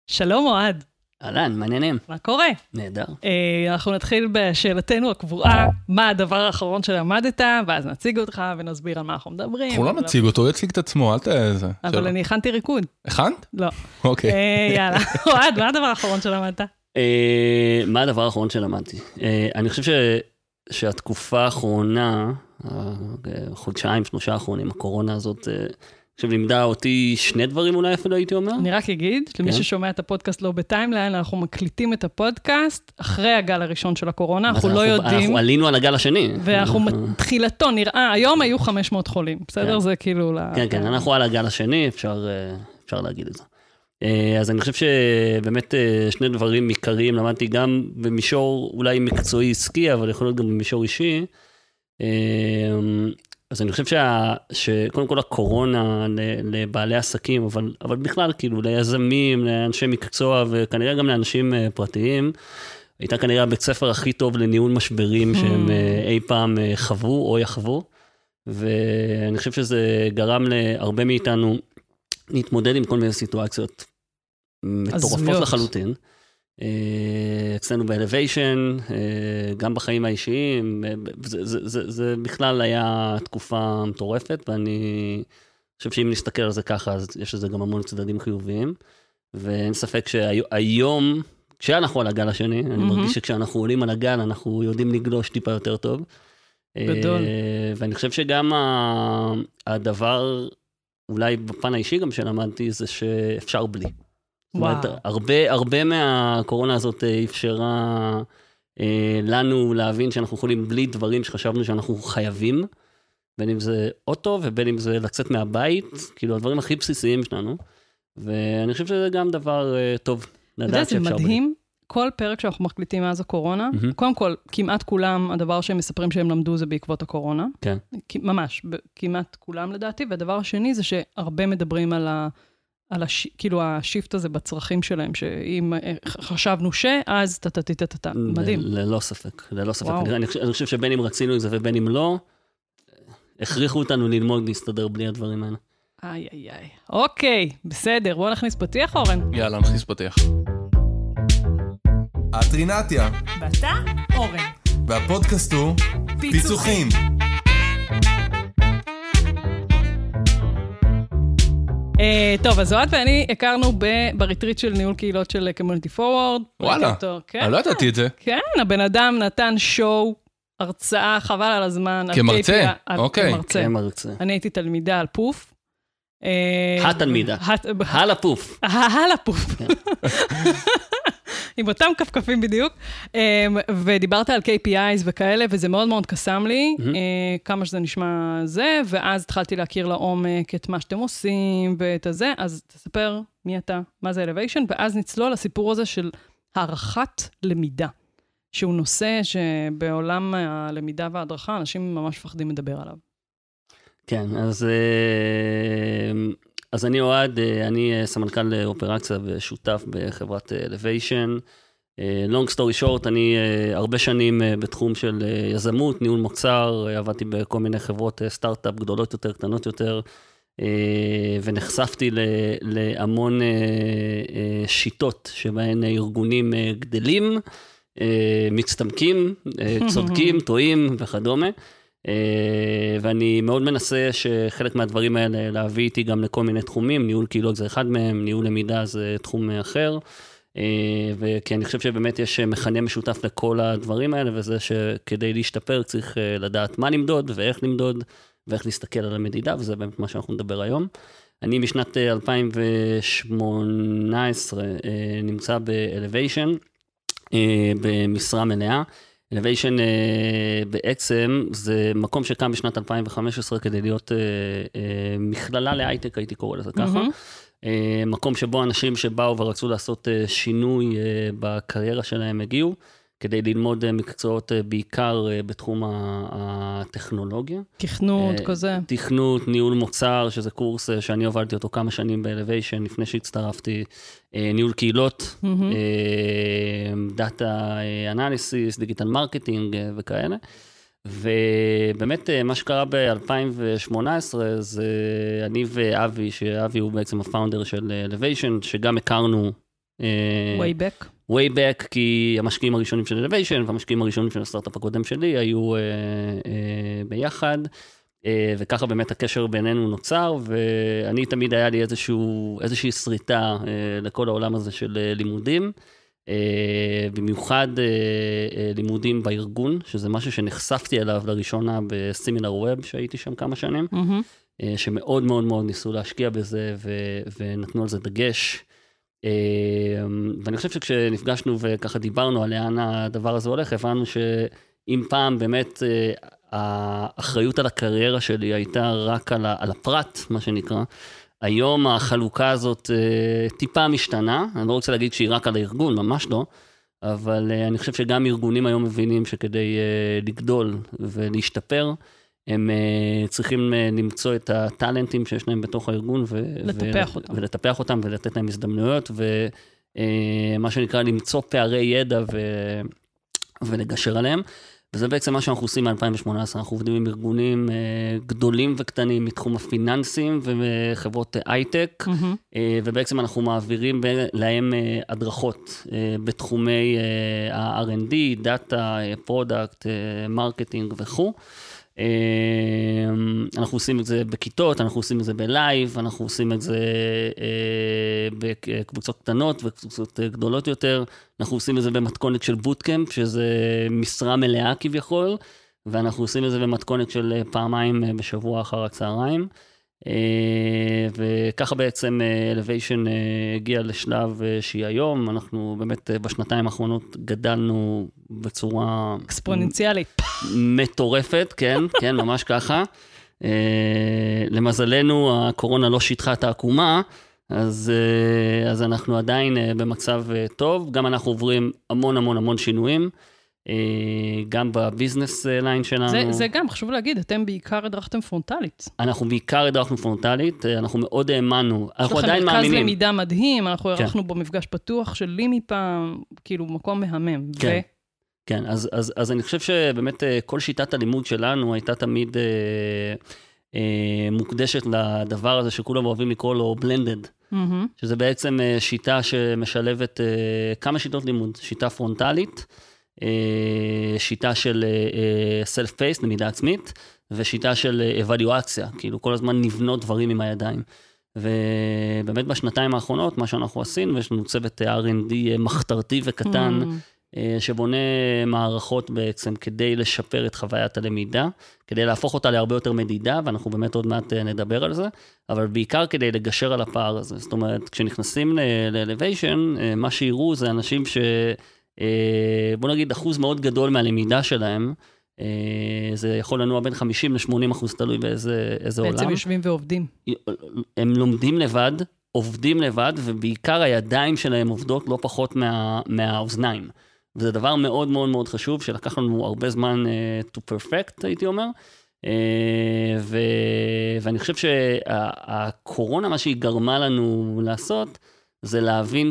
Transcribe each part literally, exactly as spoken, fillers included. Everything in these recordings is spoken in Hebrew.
שלום אוהד. אהלן, מעניינים. מה קורה? נהדר. אה, אנחנו נתחיל בשאלתנו הקבועה, מה הדבר האחרון שלמדת, ואז נציג אותך ונסביר על מה אנחנו מדברים. אנחנו לא נציג אותו, הוא יציג את עצמו, אל תזה. אבל אני הכנתי ריקוד. הכנת? לא. אוקיי. אה, יאללה. אוהד, מה הדבר האחרון שלמדת? אה, מה הדבר האחרון שלמדתי? אה, אני חושב ש... שהתקופה האחרונה, חודשיים, שלושה האחרונים, הקורונה הזאת, עכשיו לימדה אותי שני דברים אולי אפילו הייתי אומר. אני רק אגיד, למי ששומע את הפודקאסט לא בטיימליין, אנחנו מקליטים את הפודקאסט אחרי הגל הראשון של הקורונה, אנחנו לא יודעים. אנחנו עלינו על הגל השני. ואנחנו מתחילתו נראה, היום היו חמש מאות חולים, בסדר? זה כאילו... כן, כן, אנחנו על הגל השני, אפשר להגיד את זה. אז אני חושב שבאמת שני דברים עיקריים למדתי גם במישור אולי מקצועי עסקי, אבל יכול להיות גם במישור אישי. אז אני חושב שה, שקודם כל הקורונה לבעלי עסקים, אבל, אבל בכלל כאילו ליזמים, לאנשי מקצוע וכנראה גם לאנשים פרטיים, הייתה כנראה הבית ספר הכי טוב לניהול משברים שהם אי פעם חוו או יחוו, ואני חושב שזה גרם להרבה מאיתנו להתמודד עם כל מיני סיטואציות מטורפות לחלוטין. אצלנו באלוויישן, גם בחיים האישיים, זה, זה, זה, זה בכלל היה תקופה מטורפת, ואני חושב שאם נסתכל על זה ככה, אז יש לזה גם המון צדדים חיוביים, ואין ספק שהיום, כשאנחנו על הגל השני, אני מרגיש שכשאנחנו עולים על הגל, אנחנו יודעים לגלוש טיפה יותר טוב. גדול. ואני חושב שגם הדבר, אולי בפן האישי גם שלמדתי, זה שאפשר בלי. זאת אומרת, הרבה, הרבה מהקורונה הזאת אפשרה אה, לנו להבין שאנחנו יכולים בלי דברים שחשבנו שאנחנו חייבים, בין אם זה אוטו ובין אם זה לצאת מהבית, כאילו הדברים הכי בסיסיים שלנו, ואני חושב שזה גם דבר אה, טוב, לדעת שאפשר בלי. זה מדהים, כל פרק שאנחנו מקליטים מאז הקורונה, mm-hmm. קודם כל, כמעט כולם, הדבר שהם מספרים שהם למדו זה בעקבות הקורונה, כן. ממש, כמעט כולם לדעתי, והדבר השני זה שהרבה מדברים על ה... על הש... כאילו השיפט הזה בצרכים שלהם, שאם חשבנו ש, אז תתתתתת, מדהים. ללא ספק, ללא ספק. אני חושב שבין אם רצינו את זה ובין אם לא, הכריחו אותנו ללמוד להסתדר בלי הדברים האלה. איי, איי, איי. אוקיי, בסדר, בואו נכניס פתיח, אורן. יאללה, נכניס פתיח. את רינתיה. ואתה, אורן. והפודקאסט הוא פיצוחים. Uh, טוב, אז אוהד ואני הכרנו בריטריט של ניהול קהילות של Community Forward. וואלה, כן, אני לא ידעתי את זה. כן, הבן אדם נתן שואו, הרצאה, חבל על הזמן. כמרצה, אוקיי. כמרצה. כמרצה. אני הייתי תלמידה על פוף. התלמידה. הלפוף. הלפוף. עם אותם כפכפים בדיוק, ודיברת על קיי פי איז וכאלה, וזה מאוד מאוד קסם לי, כמה שזה נשמע זה, ואז התחלתי להכיר לעומק את מה שאתם עושים, ואת הזה, אז תספר מי אתה, מה זה אלוויישן, ואז נצלול לסיפור הזה של הערכת למידה, שהוא נושא שבעולם הלמידה וההדרכה, אנשים ממש מפחדים לדבר עליו. כן, אז... אז אני אוהד, אני סמנכ"ל אופרציה ושותף בחברת אלוויישן. Long story short, אני הרבה שנים בתחום של יזמות, ניהול מוצר, עבדתי בכל מיני חברות סטארט-אפ גדולות יותר, קטנות יותר, ונחשפתי להמון שיטות שבהן ארגונים גדלים, מצטמקים, צודקים, טועים וכדומה. ואני מאוד מנסה שחלק מהדברים האלה להביא איתי גם לכל מיני תחומים, ניהול קהילות זה אחד מהם, ניהול למידה זה תחום אחר, וכי אני חושב שבאמת יש מכנה משותף לכל הדברים האלה, וזה שכדי להשתפר צריך לדעת מה למדוד ואיך למדוד, ואיך להסתכל על המדידה, וזה באמת מה שאנחנו נדבר היום. אני משנת אלפיים שמונה עשרה נמצא באלוויישן, במשרה מלאה, אלוויישן uh, בעצם זה מקום שקם בשנת אלפיים וחמש עשרה כדי להיות uh, uh, מכללה להייטק, הייתי קורא לזה ככה. Uh, מקום שבו אנשים שבאו ורצו לעשות uh, שינוי uh, בקריירה שלהם הגיעו, כדי ללמוד uh, מקצועות uh, בעיקר uh, בתחום הטכנולוגיה. תכנות, uh, כזה. תכנות, ניהול מוצר, שזה קורס uh, שאני הובלתי אותו כמה שנים באלוויישן, לפני שהצטרפתי, uh, ניהול קהילות, דאטה אנליסיס, דיגיטל מרקטינג וכאלה. ובאמת מה שקרה ב-אלפיים שמונה עשרה זה אני ואבי, שאבי הוא בעצם הפאונדר של אלוויישן, שגם הכרנו way back. way back, כי המשקיעים הראשונים של Elevation, והמשקיעים הראשונים של הסטארט-אפ הקודם שלי, היו ביחד, וככה באמת הקשר בינינו נוצר, ואני תמיד היה לי איזשהו, איזושהי שריטה לכל העולם הזה של לימודים, במיוחד לימודים בארגון, שזה משהו שנחשפתי אליו לראשונה בסימינר ווב, שהייתי שם כמה שנים, שמאוד מאוד מאוד ניסו להשקיע בזה, ונתנו על זה דגש. ואני חושב שכשנפגשנו וככה דיברנו על לאן הדבר הזה הולך, הבנו שאם פעם באמת האחריות על הקריירה שלי הייתה רק על הפרט, מה שנקרא, היום החלוקה הזאת טיפה משתנה, אני לא רוצה להגיד שהיא רק על הארגון, ממש לא, אבל אני חושב שגם ארגונים היום מבינים שכדי לגדול ולהשתפר, הם צריכים למצוא את הטלנטים שיש להם בתוך הארגון, לטפח אותם. ולטפח אותם ולתת להם הזדמנויות, ומה שנקרא למצוא פערי ידע ולגשר עליהם. וזה בעצם מה שאנחנו עושים מ-אלפיים שמונה עשרה, אנחנו עובדים עם ארגונים גדולים וקטנים מתחום הפיננסים וחברות הייטק, ובעצם אנחנו מעבירים להם הדרכות בתחומי ה-אר אנד די, דאטה, פרודקט, מרקטינג וכו'. אנחנו עושים את זה בכיתות, אנחנו עושים את זה בלייב, אנחנו עושים את זה בקבוצות קטנות וקבוצות גדולות יותר, אנחנו עושים את זה במתכונת של בוטקאמפ, שזה משרה מלאה כביכול, ואנחנו עושים את זה במתכונת של פעמיים בשבוע אחר הצהריים, וככה בעצם Elevation הגיע לשלב שהיא היום, אנחנו באמת בשנתיים האחרונות גדלנו בצורה אקספוננציאלית. מטורפת, כן, כן, ממש ככה. למזלנו הקורונה לא שיטחה את העקומה, אז, אז אנחנו עדיין במצב טוב, גם אנחנו עוברים המון המון המון שינויים, גם בביזנס ליין שלנו. זה, זה גם, חשוב להגיד, אתם בעיקר הדרכתם פרונטלית. אנחנו בעיקר הדרכנו פרונטלית, אנחנו מאוד האמנו, אנחנו עדיין מאמינים. יש לכם מרכז למידה מדהים, אנחנו ערכנו כן. בו מפגש פתוח של לי מפעם, כאילו מקום מהמם. כן, ו... כן, אז, אז, אז אני חושב שבאמת כל שיטת הלימוד שלנו הייתה תמיד אה, אה, מוקדשת לדבר הזה שכולם אוהבים לקרוא לו blended, mm-hmm. שזה בעצם שיטה שמשלבת אה, כמה שיטות לימוד, שיטה פרונטלית, שיטה של self-paced, למידה עצמית, ושיטה של אבלואציה, כאילו כל הזמן נבנות דברים עם הידיים. ובאמת בשנתיים האחרונות, מה שאנחנו עשינו, ויש לנו צוות אר אנד די מחתרתי וקטן, mm. שבונה מערכות בעצם כדי לשפר את חוויית הלמידה, כדי להפוך אותה להרבה יותר מדידה, ואנחנו באמת עוד מעט נדבר על זה, אבל בעיקר כדי לגשר על הפער הזה. זאת אומרת, כשנכנסים ל-Elevation, מה שיראו זה אנשים ש... בוא נגיד, אחוז מאוד גדול מהלמידה שלהם, זה יכול לנוע בין חמישים לשמונים אחוז, תלוי באיזה עולם. בעצם יושבים ועובדים. הם לומדים לבד, עובדים לבד, ובעיקר הידיים שלהם עובדות לא פחות מה, מהאוזניים. וזה דבר מאוד מאוד מאוד חשוב, שלקח לנו הרבה זמן to perfect, הייתי אומר. ו, ואני חושב שהקורונה, מה שהיא גרמה לנו לעשות, זה להבין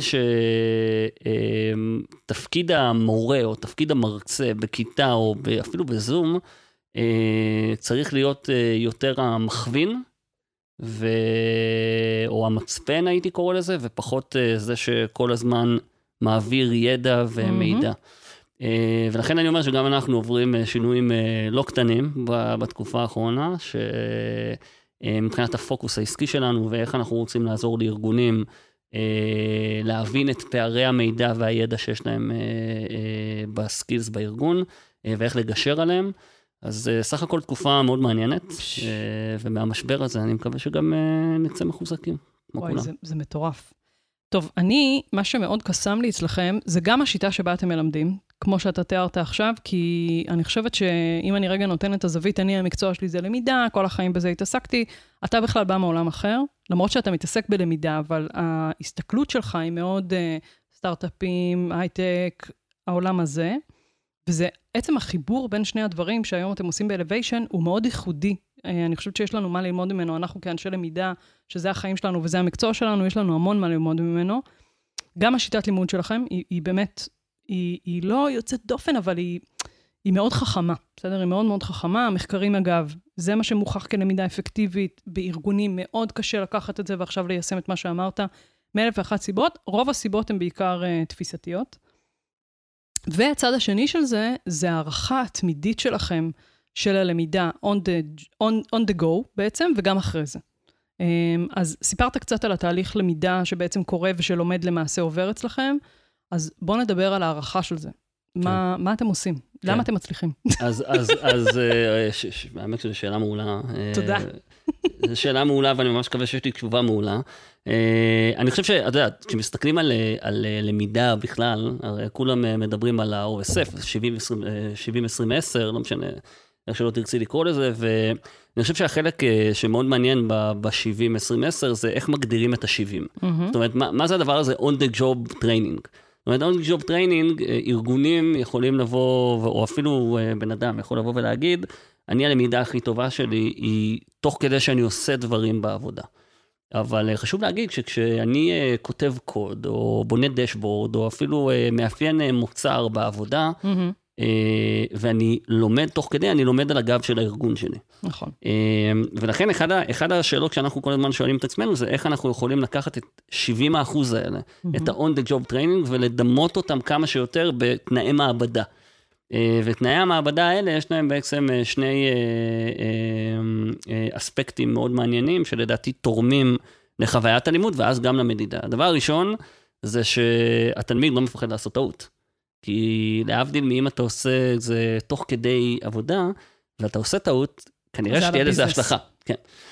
שתפקיד המורה או תפקיד המרצה בכיתה או אפילו בזום, צריך להיות יותר המכווין, ו... או המצפן הייתי קורא לזה, ופחות זה שכל הזמן מעביר ידע ומידע. Mm-hmm. ולכן אני אומר שגם אנחנו עוברים שינויים לא קטנים בתקופה האחרונה, שמבחינת הפוקוס העסקי שלנו ואיך אנחנו רוצים לעזור לארגונים, להבין את פערי המידע והידע שיש להם בסקילס בארגון, ואיך לגשר עליהם. אז סך הכל תקופה מאוד מעניינת, ומהמשבר הזה אני מקווה שגם נצא מחוזקים. וואי, זה, זה מטורף. טוב, אני, מה שמאוד קסם לי אצלכם, זה גם השיטה שבה אתם מלמדים, כמו שאתה תיארת עכשיו, כי אני חושבת שאם אני רגע נותנת את הזווית, אני, המקצוע שלי זה למידה, כל החיים בזה התעסקתי, אתה בכלל בא מעולם אחר, למרות שאתה מתעסק בלמידה, אבל ההסתכלות שלך היא מאוד uh, סטארט-אפים, הייטק, העולם הזה, וזה עצם החיבור בין שני הדברים שהיום אתם עושים ב-Elevation, הוא מאוד ייחודי. אני חושבת שיש לנו מה ללמוד ממנו, אנחנו כאנשי למידה, שזה החיים שלנו וזה המקצוע שלנו, יש לנו המון מה ללמוד ממנו. גם השיטת לימוד שלכם, היא, היא באמת, היא, היא לא יוצאת דופן, אבל היא, היא מאוד חכמה, בסדר? היא מאוד מאוד חכמה. המחקרים אגב, זה מה שמוכח כלמידה אפקטיבית, בארגונים מאוד קשה לקחת את זה, ועכשיו ליישם את מה שאמרת, מאלף ואחת סיבות, רוב הסיבות הן בעיקר uh, תפיסתיות. והצד השני של זה, זה הערכה התמידית שלכם, של הלמידה on the, on, on the go בעצם, וגם אחרי זה. Um, אז סיפרת קצת על התהליך למידה שבעצם קורה ושלומד למעשה עובר אצלכם, אז בואו נדבר על הערכה של זה. מה, מה אתם עושים? למה אתם מצליחים? אז, אז, אז, האמת שזו שאלה מעולה. תודה. זו שאלה מעולה, ואני ממש מקווה שיש לי תשובה מעולה. אני חושב שאתה יודע, כשמסתכלים על, על למידה בכלל, הרי כולם מדברים על ה-או אס אף, שבעים עשרים עשר, לא משנה, איך שלא תרצי לקרוא לזה, ואני חושב שהחלק שמאוד מעניין ב-שבעים עשרים עשר, זה איך מגדירים את ה-שבעים. זאת אומרת, מה, מה זה הדבר הזה? On the job training. זאת אומרת, on the job training, ארגונים יכולים לבוא, או אפילו בן אדם יכול לבוא ולהגיד, אני הלמידה הכי טובה שלי היא תוך כדי שאני עושה דברים בעבודה. אבל חשוב להגיד שכשאני כותב קוד, או בונה דשבורד, או אפילו מאפיין מוצר בעבודה, ואני לומד תוך כדי, אני לומד על הגב של הארגון שלי. נכון. ולכן אחד, אחד השאלות שאנחנו כל הזמן שואלים את עצמנו, זה איך אנחנו יכולים לקחת את שבעים האחוז האלה, את ה-on the job training, ולדמות אותם כמה שיותר בתנאי מעבדה. ותנאי המעבדה האלה, יש להם בעצם שני אספקטים מאוד מעניינים, שלדעתי תורמים לחוויית הלימוד, ואז גם למדידה. הדבר הראשון, זה שהתלמיד לא מפחד לעשות טעות. כי להבדיל מאם אתה עושה את זה תוך כדי עבודה, ואתה עושה טעות, כנראה שתהיה לזה השלכה. כן.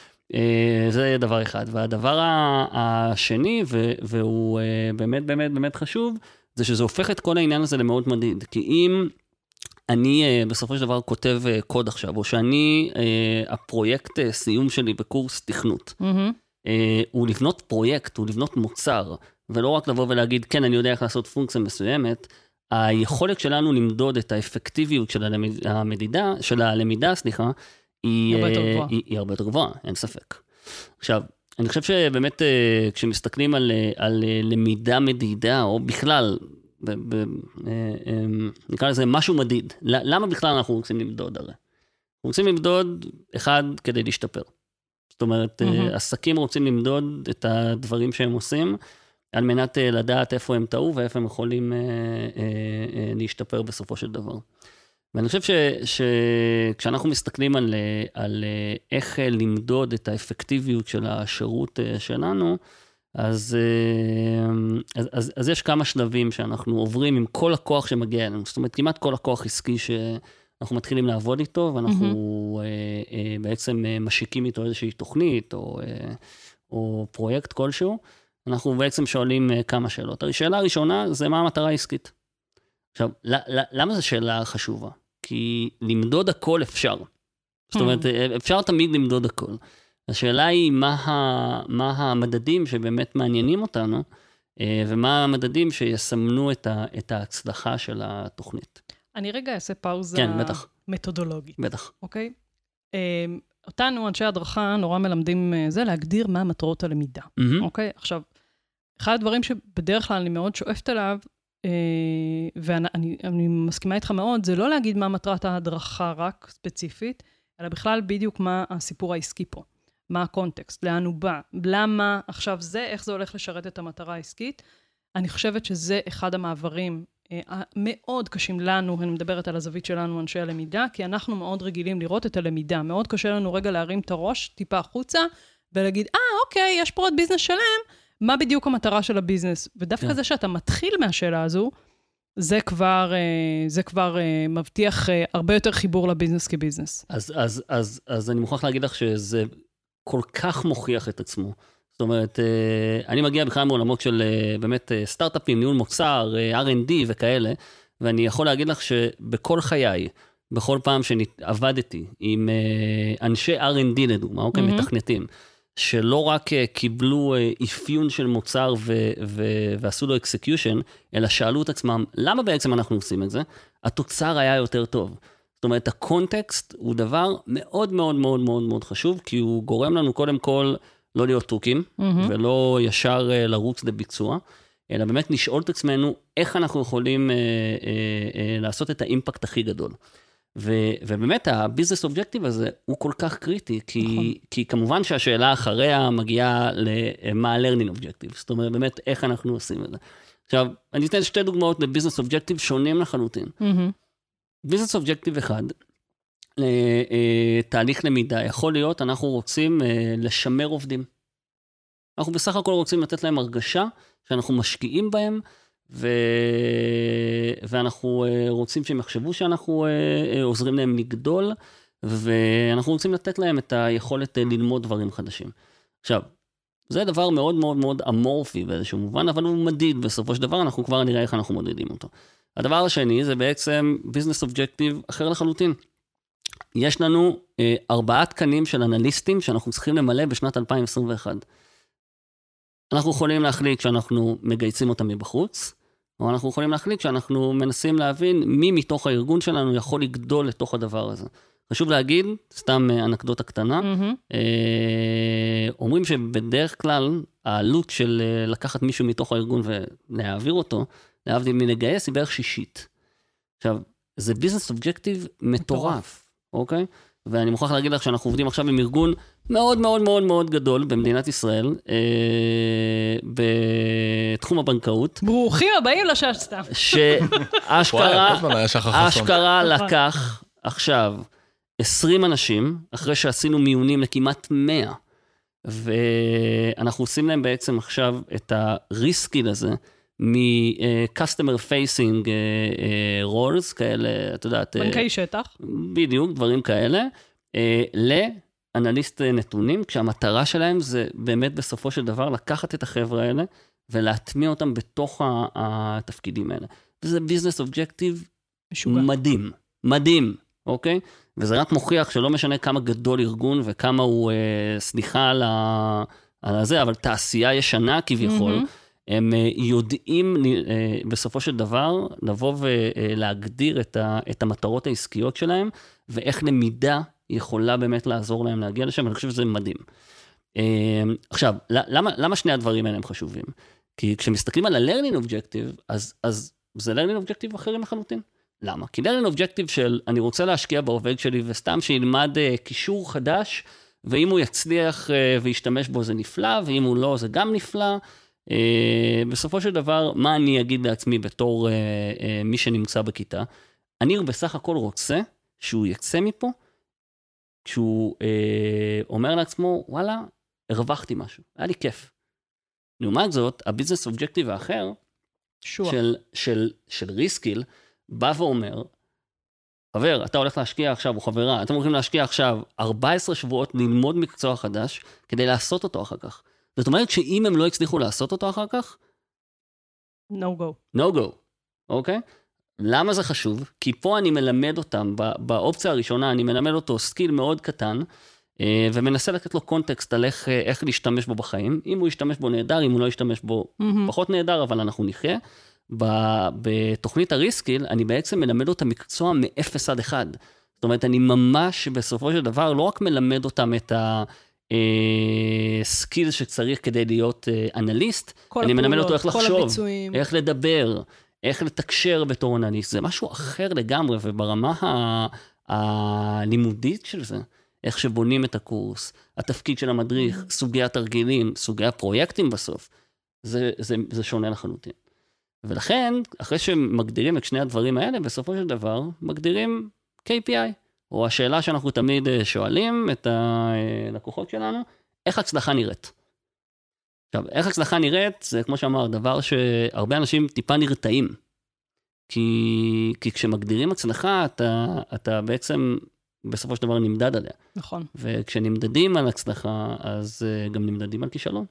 זה דבר אחד. והדבר השני, והוא באמת באמת באמת חשוב, זה שזה הופך את כל העניין הזה למאוד מדיד. כי אם אני בסופו של דבר כותב קוד עכשיו, או שאני, הפרויקט סיום שלי בקורס תכנות, הוא לבנות פרויקט, הוא לבנות מוצר, ולא רק לבוא ולהגיד, כן, אני יודע איך לעשות פונקציה מסוימת, היכולת שלנו למדוד את האפקטיביות של המדידה, של הלמידה, סליחה, היא הרבה יותר גבוהה, אין ספק. עכשיו, אני חושב שבאמת כשמסתכלים על, על למידה מדידה, או בכלל, ב, ב, נקרא לזה משהו מדיד, למה בכלל אנחנו רוצים למדוד הרי? אנחנו רוצים למדוד אחד כדי להשתפר. זאת אומרת, mm-hmm. עסקים רוצים למדוד את הדברים שהם עושים, על מנת לדעת איפה הם טעו, ואיפה הם יכולים אה, אה, אה, להשתפר בסופו של דבר. ואני חושב שכשאנחנו מסתכלים על, על איך למדוד את האפקטיביות של השירות שלנו, אז, אז, אז, אז יש כמה שלבים שאנחנו עוברים עם כל הכוח שמגיע אלינו. זאת אומרת, כמעט כל הכוח עסקי שאנחנו מתחילים לעבוד איתו, ואנחנו mm-hmm. בעצם משיקים איתו איזושהי תוכנית, או, או פרויקט כלשהו, אנחנו בעצם שואלים כמה שאלות. השאלה הראשונה זה מה המטרה העסקית. עכשיו, למה זו שאלה חשובה? כי למדוד הכל אפשר. זאת אומרת, אפשר תמיד למדוד הכל. השאלה היא מה, מה המדדים שבאמת מעניינים אותנו, ומה המדדים שיסמנו את, ה, את ההצלחה של התוכנית. אני רגע אעשה פאוזה כן, בטח. מתודולוגית. בטח. אוקיי? אותנו, אנשי הדרכה, נורא מלמדים זה להגדיר מה מטרות הלמידה. Mm-hmm. אוקיי? עכשיו, אחד הדברים שבדרך כלל אני מאוד שואפת עליו, ואני אני, אני מסכימה איתך מאוד, זה לא להגיד מה מטרת ההדרכה רק ספציפית, אלא בכלל בדיוק מה הסיפור העסקי פה. מה הקונטקסט, לאן הוא בא, למה עכשיו זה, איך זה הולך לשרת את המטרה העסקית. אני חושבת שזה אחד המעברים המאוד קשים לנו, אני מדברת על הזווית שלנו, אנשי הלמידה, כי אנחנו מאוד רגילים לראות את הלמידה, מאוד קשה לנו רגע להרים את הראש, טיפה החוצה, ולהגיד, אה, אוקיי, יש פה עוד ביזנס שלם, מה בדיוק המטרה של הביזנס? ודווקא זה שאתה מתחיל מהשאלה הזו, זה כבר, זה כבר מבטיח הרבה יותר חיבור לביזנס כביזנס. אז, אז, אז, אז אני מוכרח להגיד לך שזה כל כך מוכיח את עצמו. זאת אומרת, אני מגיע בכלל מעולמות של באמת סטארט-אפים, ניהול מוצר, אר אנד די וכאלה, ואני יכול להגיד לך שבכל חיי, בכל פעם שעבדתי עם אנשי אר אנד די לדוגמה, אוקיי, mm-hmm. מתכנתים, שלא רק קיבלו אפיון של מוצר ו- ו- ועשו לו אקסקיושן, אלא שאלו את עצמם, למה בעצם אנחנו עושים את זה? התוצר היה יותר טוב. זאת אומרת, הקונטקסט הוא דבר מאוד מאוד מאוד מאוד מאוד חשוב, כי הוא גורם לנו קודם כל לא להיות טוקים, mm-hmm. ולא ישר לרוץ לביצוע, אלא באמת לשאול את עצמנו איך אנחנו יכולים אה, אה, אה, לעשות את האימפקט הכי גדול. ו- ובאמת הביזנס אובג'קטיב הזה הוא כל כך קריטי, כי, כי כמובן שהשאלה אחריה מגיעה למה ה-learning objective, זאת אומרת באמת איך אנחנו עושים את זה. עכשיו, אני אתן שתי דוגמאות לביזנס אובג'קטיב שונים לחלוטין. ביזנס אובג'קטיב אחד, תהליך למידה, יכול להיות, אנחנו רוצים לשמר עובדים. אנחנו בסך הכל רוצים לתת להם הרגשה שאנחנו משקיעים בהם, ו... ואנחנו רוצים שהם יחשבו שאנחנו עוזרים להם לגדול, ואנחנו רוצים לתת להם את היכולת ללמוד דברים חדשים. עכשיו, זה דבר מאוד מאוד מאוד אמורפי באיזשהו מובן, אבל הוא מדיד בסופו של דבר, אנחנו כבר נראה איך אנחנו מודדים אותו. הדבר השני זה בעצם ביזנס אובג'קטיב אחר לחלוטין. יש לנו אה, ארבעה תקנים של אנליסטים שאנחנו צריכים למלא בשנת אלפיים עשרים ואחת. אנחנו יכולים להחליט שאנחנו מגייסים אותם מבחוץ, או אנחנו יכולים להחליט שאנחנו מנסים להבין מי מתוך הארגון שלנו יכול לגדול לתוך הדבר הזה. חשוב להגיד, סתם אנקדוטה קטנה, mm-hmm. אה, אומרים שבדרך כלל העלות של לקחת מישהו מתוך הארגון ולהעביר אותו, להבדיל מלגייס, היא בערך שישית. עכשיו, זה ביזנס אובג'קטיב מטורף, אוקיי? ואני מוכרח להגיד לך שאנחנו עובדים עכשיו עם ארגון מאוד מאוד מאוד מאוד גדול במדינת ישראל, אה, בתחום הבנקאות. ברוכים הבאים לשש סתם. שאשכרה, אשכרה לקח עכשיו עשרים אנשים, אחרי שעשינו מיונים לכמעט מאה, ואנחנו עושים להם בעצם עכשיו את הריסקיל הזה, מ-customer facing roles, כאלה, אתה יודעת... בנקאי שטח. בדיוק, דברים כאלה, לאנליסט נתונים, כשהמטרה שלהם זה באמת בסופו של דבר לקחת את החבר'ה האלה, ולהטמיע אותם בתוך התפקידים האלה. וזה ביזנס אובג'קטיב מדהים, מדהים, אוקיי? וזה רק מוכיח שלא משנה כמה גדול ארגון, וכמה הוא, סליחה על זה, אבל תעשייה ישנה כביכול, הם יודעים בסופו של דבר לבוא ולהגדיר את המטרות העסקיות שלהם, ואיך למידה יכולה באמת לעזור להם להגיע לשם, אני חושב שזה מדהים. עכשיו, למה, למה שני הדברים האלה הם חשובים? כי כשמסתכלים על ה-learning objective, אז, אז זה learning objective אחרים לחלוטין. למה? כי learning objective של אני רוצה להשקיע בעובד שלי, וסתם שילמד קישור חדש, ואם הוא יצליח וישתמש בו זה נפלא, ואם הוא לא זה גם נפלא, Uh, בסופו של דבר, מה אני אגיד לעצמי בתור uh, uh, מי שנמצא בכיתה? אני בסך הכל רוצה שהוא יצא מפה, כשהוא uh, אומר לעצמו, וואלה, הרווחתי משהו, היה לי כיף. לעומת זאת, הביזנס אובג'קטיב האחר, של, של, של ריסקיל, בא ואומר, חבר, אתה הולך להשקיע עכשיו, או חברה, אתם הולכים להשקיע עכשיו ארבעה עשר שבועות ללמוד מקצוע חדש, כדי לעשות אותו אחר כך. זאת אומרת שאם הם לא הצליחו לעשות אותו אחר כך, no go. no go, אוקיי? למה זה חשוב? כי פה אני מלמד אותם, באופציה הראשונה אני מלמד אותו סקיל מאוד קטן, ומנסה לתת לו קונטקסט על איך, איך להשתמש בו בחיים. אם הוא ישתמש בו נהדר, אם הוא לא ישתמש בו mm-hmm. פחות נהדר, אבל אנחנו נחיה. בתוכנית הריסקיל, אני בעצם מלמד אותם מקצוע מ-אפס עד אחד. זאת אומרת, אני ממש בסופו של דבר לא רק מלמד אותם את ה... סקיל שצריך כדי להיות אנליסט, אני מלמד אותו איך לחשוב, איך לדבר, איך לתקשר בתור אנליסט, זה משהו אחר לגמרי, וברמה הלימודית של זה, איך שבונים את הקורס, התפקיד של המדריך, סוגי התרגילים, סוגי הפרויקטים בסוף, זה, זה, זה שונה לחלוטין. ולכן, אחרי שמגדירים את שני הדברים האלה, בסופו של דבר, מגדירים קיי פי איי. או השאלה שאנחנו תמיד שואלים את הלקוחות שלנו, איך הצלחה נראית? עכשיו, איך הצלחה נראית, זה כמו שאמר, דבר שהרבה אנשים טיפה נרתעים. כי, כי כשמגדירים הצלחה, אתה, אתה בעצם בסופו של דבר נמדד עליה. נכון. וכשנמדדים על הצלחה, אז גם נמדדים על כישלון.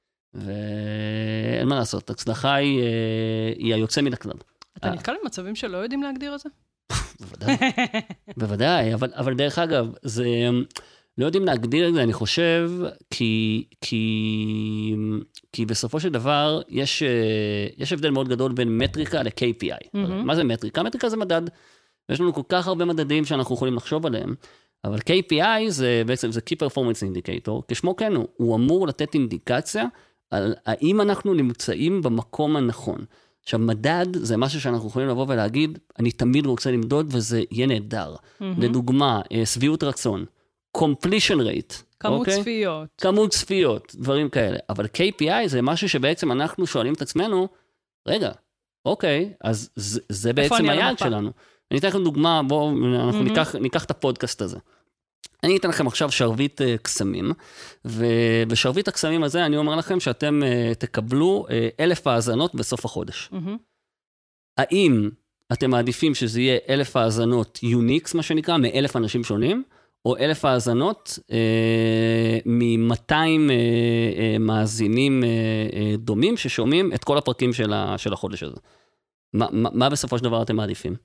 ואין מה לעשות, הצלחה היא, היא היוצא מן הכלל. אתה נתקל במצבים שלא יודעים להגדיר את זה? בוודאי, בוודאי, אבל, אבל דרך אגב, זה, לא יודעים להגדיר את זה, אני חושב, כי, כי, כי בסופו של דבר, יש, יש הבדל מאוד גדול בין מטריקה ל-קיי פי איי. Mm-hmm. מה זה מטריקה? מטריקה זה מדד, ויש לנו כל כך הרבה מדדים שאנחנו יכולים לחשוב עליהם, אבל קיי פי איי זה בעצם, זה Key Performance Indicator, כשמו כן הוא, הוא אמור לתת אינדיקציה, על האם אנחנו נמצאים במקום הנכון. עכשיו, מדד זה משהו שאנחנו יכולים לבוא ולהגיד, אני תמיד רוצה למדוד וזה יהיה נהדר. Mm-hmm. לדוגמה, סביעות רצון, completion rate. כמות okay? צפיות. כמות צפיות, דברים כאלה. אבל קיי פי איי זה משהו שבעצם אנחנו שואלים את עצמנו, רגע, אוקיי, אז זה, זה בעצם היעד שלנו. אני אתן לכם דוגמה, בואו, אנחנו mm-hmm. ניקח, ניקח את הפודקאסט הזה. אני אתן לכם עכשיו שרביט uh, קסמים, ובשרביט הקסמים הזה אני אומר לכם שאתם uh, תקבלו uh, אלף האזנות בסוף החודש. Mm-hmm. האם אתם מעדיפים שזה יהיה אלף האזנות יוניקס, מה שנקרא, מאלף אנשים שונים, או אלף האזנות אה, מ-מאתיים אה, אה, מאזינים אה, אה, דומים ששומעים את כל הפרקים של, ה, של החודש הזה. מה, מה, מה בסופו של דבר אתם מעדיפים?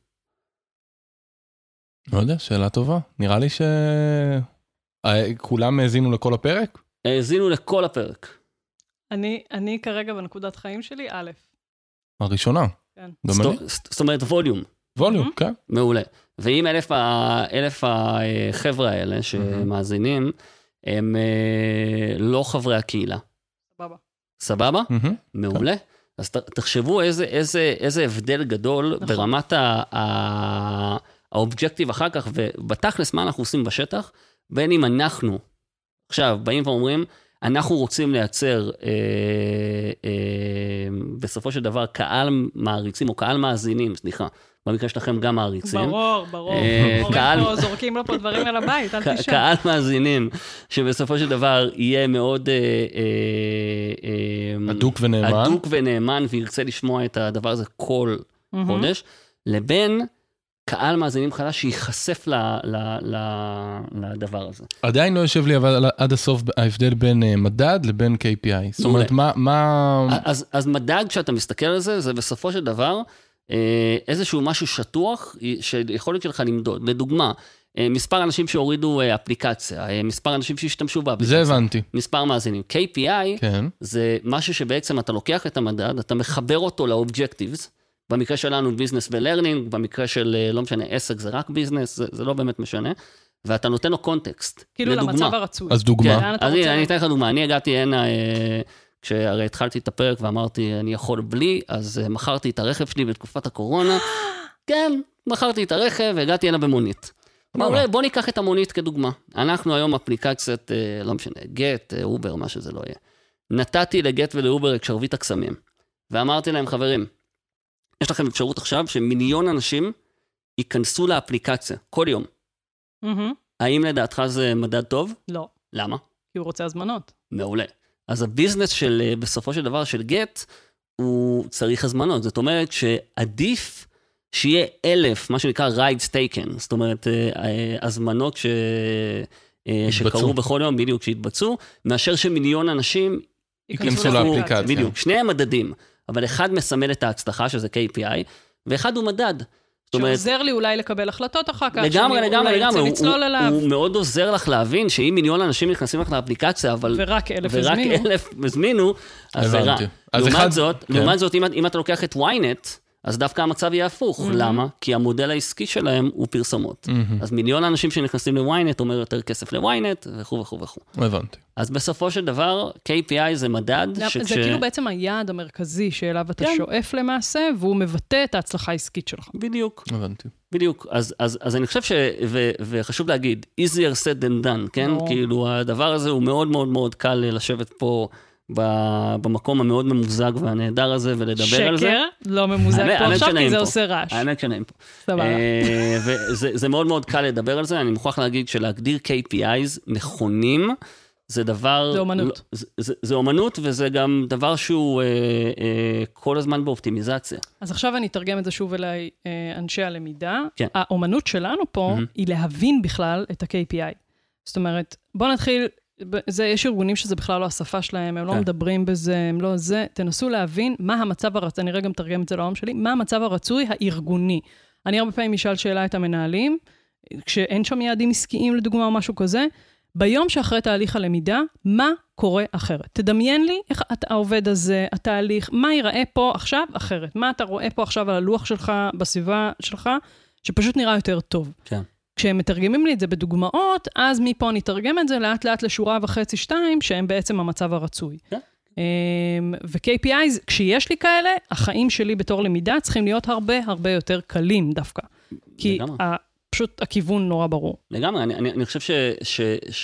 לא יודע, שאלה טובה. נראה לי שכולם האזינו לכל הפרק? האזינו לכל הפרק. אני, אני כרגע בנקודת חיים שלי, א'. הראשונה. כן. זאת אומרת, ווליום. ווליום, כן. מעולה. ואם אלף, ה, אלף החבר'ה האלה שמאזינים, הם לא חברי הקהילה. סבבה. סבבה? מעולה. אז תחשבו איזה, איזה, איזה הבדל גדול ברמת האובג'קטיב אחר כך, ובתכלס מה אנחנו עושים בשטח, בין אם אנחנו, עכשיו, באים ואומרים, אנחנו רוצים לייצר, אה, אה, בסופו של דבר, קהל מעריצים, או קהל מאזינים, סליחה, במקרה שלכם גם מעריצים. ברור, ברור. הורים פה זורקים לו פה דברים על הבית, אל תשאר. קהל מאזינים, שבסופו של דבר יהיה מאוד... אדוק ונאמן. אדוק ונאמן, וירצה לשמוע את הדבר הזה כל חודש, לבין קהל מאזינים חדש שיחשף לדבר הזה. עדיין לא יושב לי אבל עד הסוף ההבדל בין מדד לבין קיי פי איי. זאת אומרת, מה... אז מדד, כשאתה מסתכל על זה, זה בסופו של דבר... איזשהו משהו שטוח שיכולת שלך למדוד. לדוגמה, מספר אנשים שהורידו אפליקציה, מספר אנשים שהשתמשו באפליקציה. זה הבנתי. מספר מאזינים. קיי פי איי כן. זה משהו שבעצם אתה לוקח את המדד, אתה מחבר אותו לאובג'קטיבס, במקרה שלנו ביזנס ולרנינג, במקרה של לא משנה עסק זה רק ביזנס, זה, זה לא באמת משנה, ואתה נותן לו קונטקסט. כאילו לדוגמה. למצב הרצוי. אז דוגמה. כן, אז אני, אני אתן לך דוגמה, אני הגעתי הנה... כשהרי התחלתי את הפרק ואמרתי, אני יכול בלי, אז מכרתי את הרכב שלי בתקופת הקורונה. כן, מכרתי את הרכב והגעתי הנה במונית. אמרו, בוא ניקח את המונית כדוגמה. אנחנו היום אפליקציית, לא משנה, גט, אובר, מה שזה לא יהיה. נתתי לגט ולאובר את שרביט הקסמים. ואמרתי להם, חברים, יש לכם אפשרות עכשיו שמיליון אנשים ייכנסו לאפליקציה, כל יום. האם לדעתך זה מדד טוב? לא. למה? כי הוא רוצה הזמנות. מעולה. אז הביזנס של, בסופו של דבר, של גט, הוא צריך הזמנות. זאת אומרת שעדיף שיהיה אלף, מה שנקרא rides taken, זאת אומרת, הזמנות ש... שקרו בכל יום, בדיוק, שהתבצעו, מאשר שמיליון אנשים ייכנסו לאפליקציה. בדיוק, שני המדדים, אבל אחד מסמל את ההצלחה, שזה קיי פי איי, ואחד הוא מדד. שעוזר לי אולי לקבל החלטות אחר כך, לגמרי, לגמרי, לגמרי, הוא מאוד עוזר לך להבין שאם מיליון אנשים נכנסים לך לאפליקציה, אבל... ורק אלף הזמינו. ורק אלף הזמינו, אז זה רע. לעומת זאת, לעומת זאת, אם אתה לוקח את וויינט, אז דווקא המצב יהיה הפוך. למה? כי המודל העסקי שלהם הוא פרסומות. אז מיליון האנשים שנכנסים לוויינט אומר יותר כסף לוויינט, וכו' וכו' וכו'. הבנתי. אז בסופו של דבר, קיי פי איי זה מדד שכש... זה כאילו בעצם היעד המרכזי שאליו אתה שואף למעשה, והוא מבטא את ההצלחה העסקית שלך. בדיוק. הבנתי. בדיוק. אז, אז, אז אני חושב ש... ו, וחשוב להגיד, easier said than done, כן? כאילו, הדבר הזה הוא מאוד מאוד מאוד קל לשבת פה במקום המאוד ממוזג והנהדר הזה, ולדבר שקר, על זה. שקר, לא ממוזג פה עכשיו, כי זה עושה רעש. האמת שנעים פה. סבבה. וזה מאוד מאוד קל לדבר על זה, אני מוכרח להגיד שלהגדיר קיי פי איז נכונים, זה דבר... זה אומנות. זה, זה, זה אומנות, וזה גם דבר שהוא אה, אה, כל הזמן באופטימיזציה. אז עכשיו אני אתרגם את זה שוב אליי, אה, אנשי הלמידה. כן. האומנות שלנו פה mm-hmm. היא להבין בכלל את ה-קיי פי איי. זאת אומרת, בוא נתחיל... זה, יש ארגונים שזה בכלל לא השפה שלהם, הם לא מדברים בזה, הם לא זה, תנסו להבין מה המצב הרצוי, אני רגע מתרגם את זה לעולם שלי, מה המצב הרצוי הארגוני. אני הרבה פעמים משאל שאלה את המנהלים, כשאין שם יעדים עסקיים לדוגמה או משהו כזה, ביום שאחרי תהליך הלמידה, מה קורה אחרת? תדמיין לי איך אתה עובד הזה, התהליך, מה ייראה פה עכשיו אחרת? מה אתה רואה פה עכשיו על הלוח שלך, בסביבה שלך, שפשוט נראה יותר טוב. כן. כשהם מתרגמים לי את זה בדוגמאות, אז מפה נתרגם את זה לאט לאט לשורה וחצי שתיים, שהם בעצם המצב הרצוי. כן, ו-K P Is, כשיש לי כאלה, החיים שלי בתור למידה צריכים להיות הרבה הרבה יותר קלים דווקא. כי פשוט הכיוון נורא ברור. לגמרי, אני, אני, אני חושב ש, ש,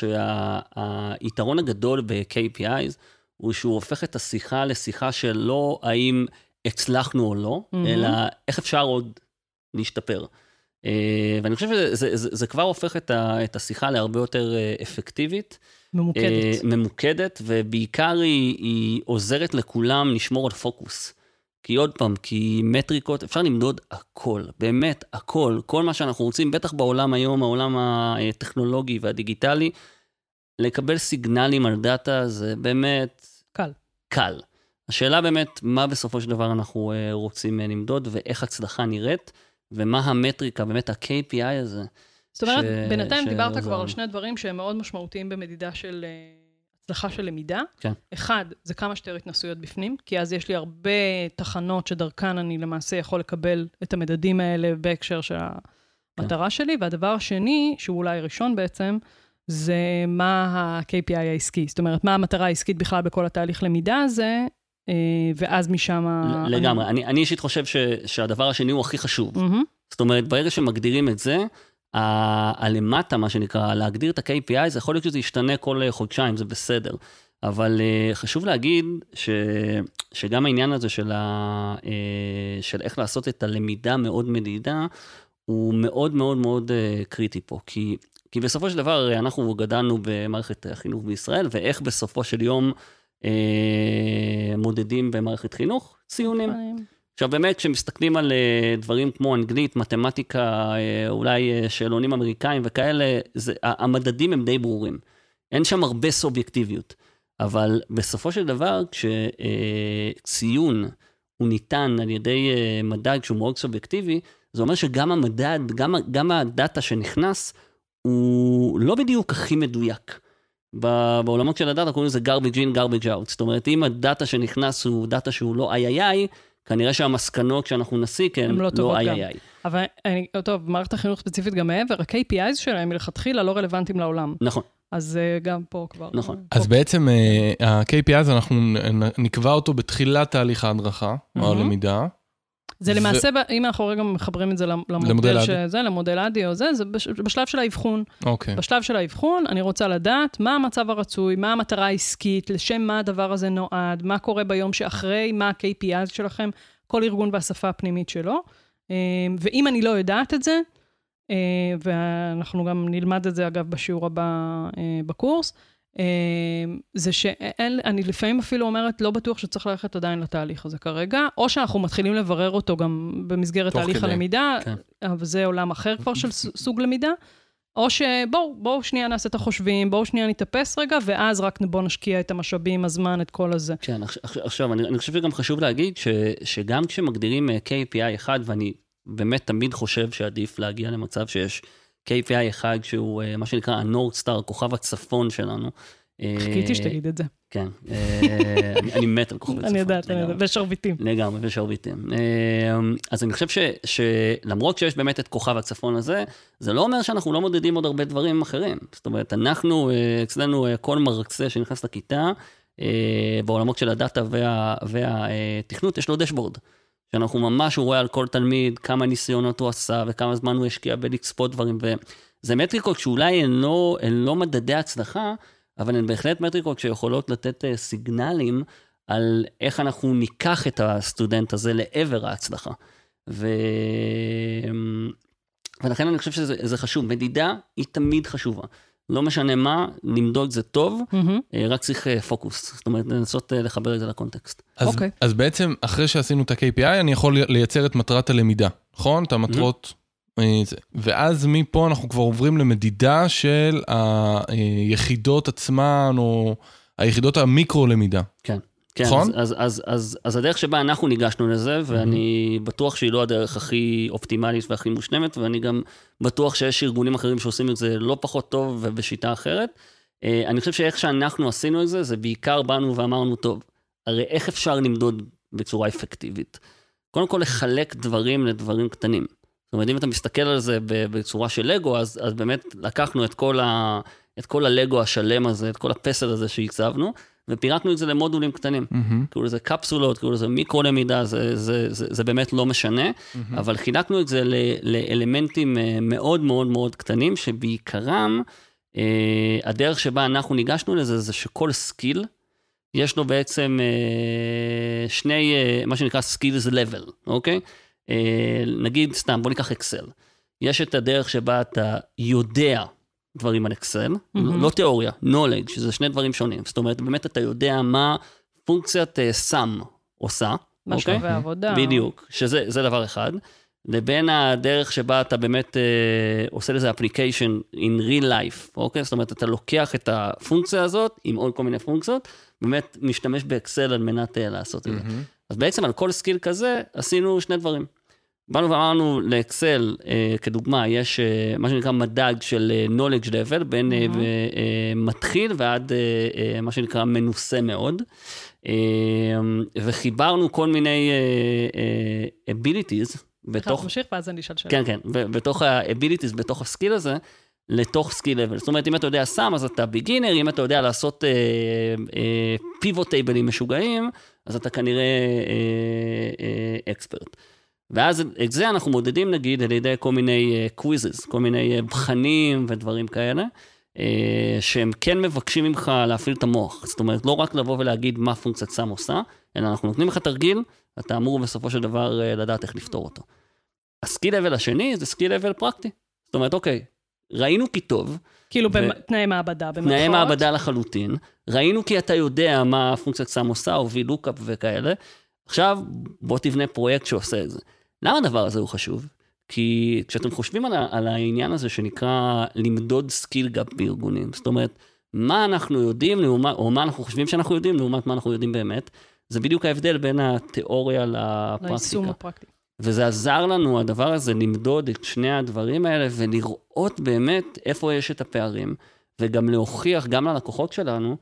שהיתרון הגדול ב-K P Is, הוא שהוא הופך את השיחה לשיחה של לא האם הצלחנו או לא, mm-hmm. אלא איך אפשר עוד להשתפר. Uh, ואני חושב שזה זה, זה, זה כבר הופך את, ה, את השיחה להרבה יותר uh, אפקטיבית. ממוקדת. Uh, ממוקדת, ובעיקר היא, היא עוזרת לכולם לשמור על פוקוס. כי עוד פעם, כי מטריקות, אפשר למדוד הכל, באמת הכל, כל מה שאנחנו רוצים, בטח בעולם היום, העולם הטכנולוגי והדיגיטלי, לקבל סיגנלים על דאטה, זה באמת... קל. קל. השאלה באמת, מה בסופו של דבר אנחנו רוצים למדוד, ואיך הצלחה נראית, ומה המטריקה, באמת ה-K P I הזה. זאת אומרת, ש... בינתיים ש... דיברת כבר על שני דברים שהם מאוד משמעותיים במדידה של... הצלחה של למידה. כן. אחד, זה כמה שתר התנסויות בפנים, כי אז יש לי הרבה תחנות שדרכן אני למעשה יכול לקבל את המדדים האלה בהקשר של המטרה כן. שלי, והדבר השני, שהוא אולי ראשון בעצם, זה מה ה-K P I העסקי. זאת אומרת, מה המטרה העסקית בכלל בכל התהליך למידה הזה, ואז משם... לגמרי. אני, אני אישית חושב ש, שהדבר השני הוא הכי חשוב. Mm-hmm. זאת אומרת, ברגע שמגדירים את זה, הלמטה, מה שנקרא, להגדיר את ה-K P I, זה יכול להיות שזה ישתנה כל חודשיים, זה בסדר. אבל uh, חשוב להגיד ש, שגם העניין הזה של, ה, uh, של איך לעשות את הלמידה מאוד מדידה, הוא מאוד מאוד מאוד uh, קריטי פה. כי, כי בסופו של דבר, אנחנו גדלנו במערכת החינוך בישראל, ואיך בסופו של יום uh, מודדים במערכת חינוך? ציונים. עכשיו באמת, כשמסתכלים על דברים כמו אנגלית, מתמטיקה, אולי שאלונים אמריקאים וכאלה, זה, המדדים הם די ברורים. אין שם הרבה סובייקטיביות. אבל בסופו של דבר, כשציון הוא ניתן על ידי מדד שהוא מאוד סובייקטיבי, זה אומר שגם המדד, גם, גם הדאטה שנכנס, הוא לא בדיוק הכי מדויק. בעולמות של הדאטה קוראים לזה garbage in, garbage out. זאת אומרת, אם הדאטה שנכנס הוא דאטה שהוא לא איי איי איי, כנראה שהמסקנות שאנחנו נסיק הן לא איי איי איי. אבל, אני, טוב, מערכת החינוך ספציפית גם מעבר, ה-K P Is שלהם מלכתחילה לא רלוונטיים לעולם. נכון. אז גם פה כבר. נכון. אז בעצם ה-K P Is אנחנו נקבע אותו בתחילת תהליך ההדרכה, או הלמידה. זה למעשה, אם אנחנו רגע מחברים את זה למודל שזה, למודל אדי או זה, זה בשלב של האבחון. אוקיי. בשלב של האבחון, אני רוצה לדעת מה המצב הרצוי, מה המטרה העסקית, לשם מה הדבר הזה נועד, מה קורה ביום שאחרי, מה ה-K P I שלכם, כל ארגון והשפה הפנימית שלו. ואם אני לא יודעת את זה, ואנחנו גם נלמד את זה אגב בשיעור הבא בקורס, זה שאני לפעמים אפילו אומרת, לא בטוח שצריך ללכת עדיין לתהליך הזה כרגע, או שאנחנו מתחילים לברר אותו גם במסגרת תהליך הלמידה, אבל זה עולם אחר כבר של סוג למידה, או שבואו, בואו שנייה נעשה את החושבים, בואו שנייה נתאפס רגע, ואז רק בואו נשקיע את המשאבים, הזמן, את כל הזה. כן, עכשיו, אני, אני חושב שגם חשוב להגיד, ש, שגם כשמגדירים K P I אחד, ואני באמת תמיד חושב שעדיף להגיע למצב שיש K P I אחד, שהוא מה שנקרא ה-North Star, כוכב הצפון שלנו. חיכיתי שתגיד את זה. כן, אני מת על כוכב הצפון. אני יודעת, אני יודעת, ושרביטים. לגמרי, ושרביטים. אז אני חושב שלמרות שיש באמת את כוכב הצפון הזה, זה לא אומר שאנחנו לא מודדים עוד הרבה דברים אחרים. זאת אומרת, אנחנו, אצלנו, כל מרצה שנכנס לכיתה, בעולמות של הדאטה והתכנות, יש לו דשבורד. שאנחנו ממש רואה על כל תלמיד כמה ניסיונות הוא עשה, וכמה זמן הוא השקיע בלצפות דברים, וזה מטריקות שאולי הן לא, הן לא מדדי הצלחה, אבל הן בהחלט מטריקות שיכולות לתת סיגנלים על איך אנחנו ניקח את הסטודנט הזה לעבר ההצלחה. ו... ולכן אני חושב שזה חשוב. מדידה היא תמיד חשובה. לא משנה מה, למדוד זה טוב, mm-hmm. רק צריך פוקוס. זאת אומרת, לנסות לחבר את זה לקונטקסט. אז, okay. אז בעצם, אחרי שעשינו את ה-K P I, אני יכול לייצר את מטרת הלמידה, נכון? את המטרות... Mm-hmm. ואז מפה אנחנו כבר עוברים למדידה של היחידות עצמן, או היחידות המיקרו-למידה. כן. כן, נכון? אז, אז, אז, אז הדרך שבה אנחנו ניגשנו לזה, ואני בטוח שהיא לא הדרך הכי אופטימלית והכי מושלמת, ואני גם בטוח שיש ארגונים אחרים שעושים את זה לא פחות טוב ובשיטה אחרת. אני חושב שאיך שאנחנו עשינו את זה, זה בעיקר באנו ואמרנו, טוב, הרי איך אפשר למדוד בצורה אפקטיבית? קודם כל לחלק דברים לדברים קטנים. זאת אומרת, אם אתה מסתכל על זה בצורה של לגו, אז, אז באמת לקחנו את כל, ה, את כל הלגו השלם הזה, את כל הפסל הזה שהצבנו, ופירקנו את זה למודולים קטנים. Mm-hmm. כאילו זה קפסולות, כאילו זה מיקרו למידה, זה, זה, זה, זה באמת לא משנה, mm-hmm. אבל חילקנו את זה ל, לאלמנטים מאוד מאוד מאוד קטנים, שבעיקרם, אה, הדרך שבה אנחנו ניגשנו לזה, זה שכל סקיל, יש לו בעצם אה, שני, אה, מה שנקרא skills level, אוקיי? אה, נגיד, סתם, בוא ניקח אקסל. יש את הדרך שבה אתה יודע דברים על אקסל, mm-hmm. לא תיאוריה, knowledge, שזה שני דברים שונים. זאת אומרת, באמת אתה יודע מה פונקציית אה, sum עושה. מה אוקיי? שווה עבודה. בדיוק, שזה זה דבר אחד. לבין הדרך שבה אתה באמת אה, עושה לזה application in real life, אוקיי? זאת אומרת, אתה לוקח את הפונקציה הזאת, עם עוד כל מיני פונקציות, באמת משתמש באקסל על מנת אה, לעשות את זה. אז בעצם על כל סקיל כזה, עשינו שני דברים. באנו ואמרנו לאקסל, אה, כדוגמה, יש אה, מה שנקרא מדד של אה, knowledge level, בין אה, אה, מתחיל ועד אה, אה, מה שנקרא מנוסה מאוד, אה, וחיברנו כל מיני אה, אה, abilities, בתוך... תמשיך ואז אני אשאל שאלה. כן, כן, ובתוך ה-abilities, בתוך הסקיל הזה, לתוך סקיל level. זאת אומרת, אם אתה יודע סם, אז אתה ביגינר, אם אתה יודע לעשות פיבוט טייבלים משוגעים, אז אתה כנראה אקספרט. ואז את זה אנחנו מודדים, נגיד, על ידי כל מיני קוויזס, כל מיני בחנים ודברים כאלה, שהם כן מבקשים ממך להפעיל את המוח. זאת אומרת, לא רק לבוא ולהגיד מה פונקציית סם עושה, אלא אנחנו נותנים לך תרגיל, אתה אמור בסופו של דבר לדעת איך לפתור אותו. הסקיל לבל השני זה סקיל לבל פרקטי. זאת אומרת, אוקיי, ראינו כי טוב. כאילו בתנאי מעבדה. תנאי מעבדה לחלוטין. ראינו כי אתה יודע מה הפונקציית סם עושה, או וי לוקאפ וכאלה. עכשיו, בוא תבנה פרויקט שעושה את זה. למה הדבר הזה הוא חשוב? כי כשאתם חושבים על, על העניין הזה שנקרא למדוד סקיל גאפ בארגונים, זאת אומרת, מה אנחנו יודעים, או מה אנחנו חושבים שאנחנו יודעים, לעומת מה אנחנו יודעים באמת, זה בדיוק ההבדל בין התיאוריה לפרקטיקה. ליישום הפרקטי. וזה עזר לנו, הדבר הזה, למדוד את שני הדברים האלה, ולראות באמת איפה יש את הפערים, וגם להוכיח, גם ללקוחות שלנו,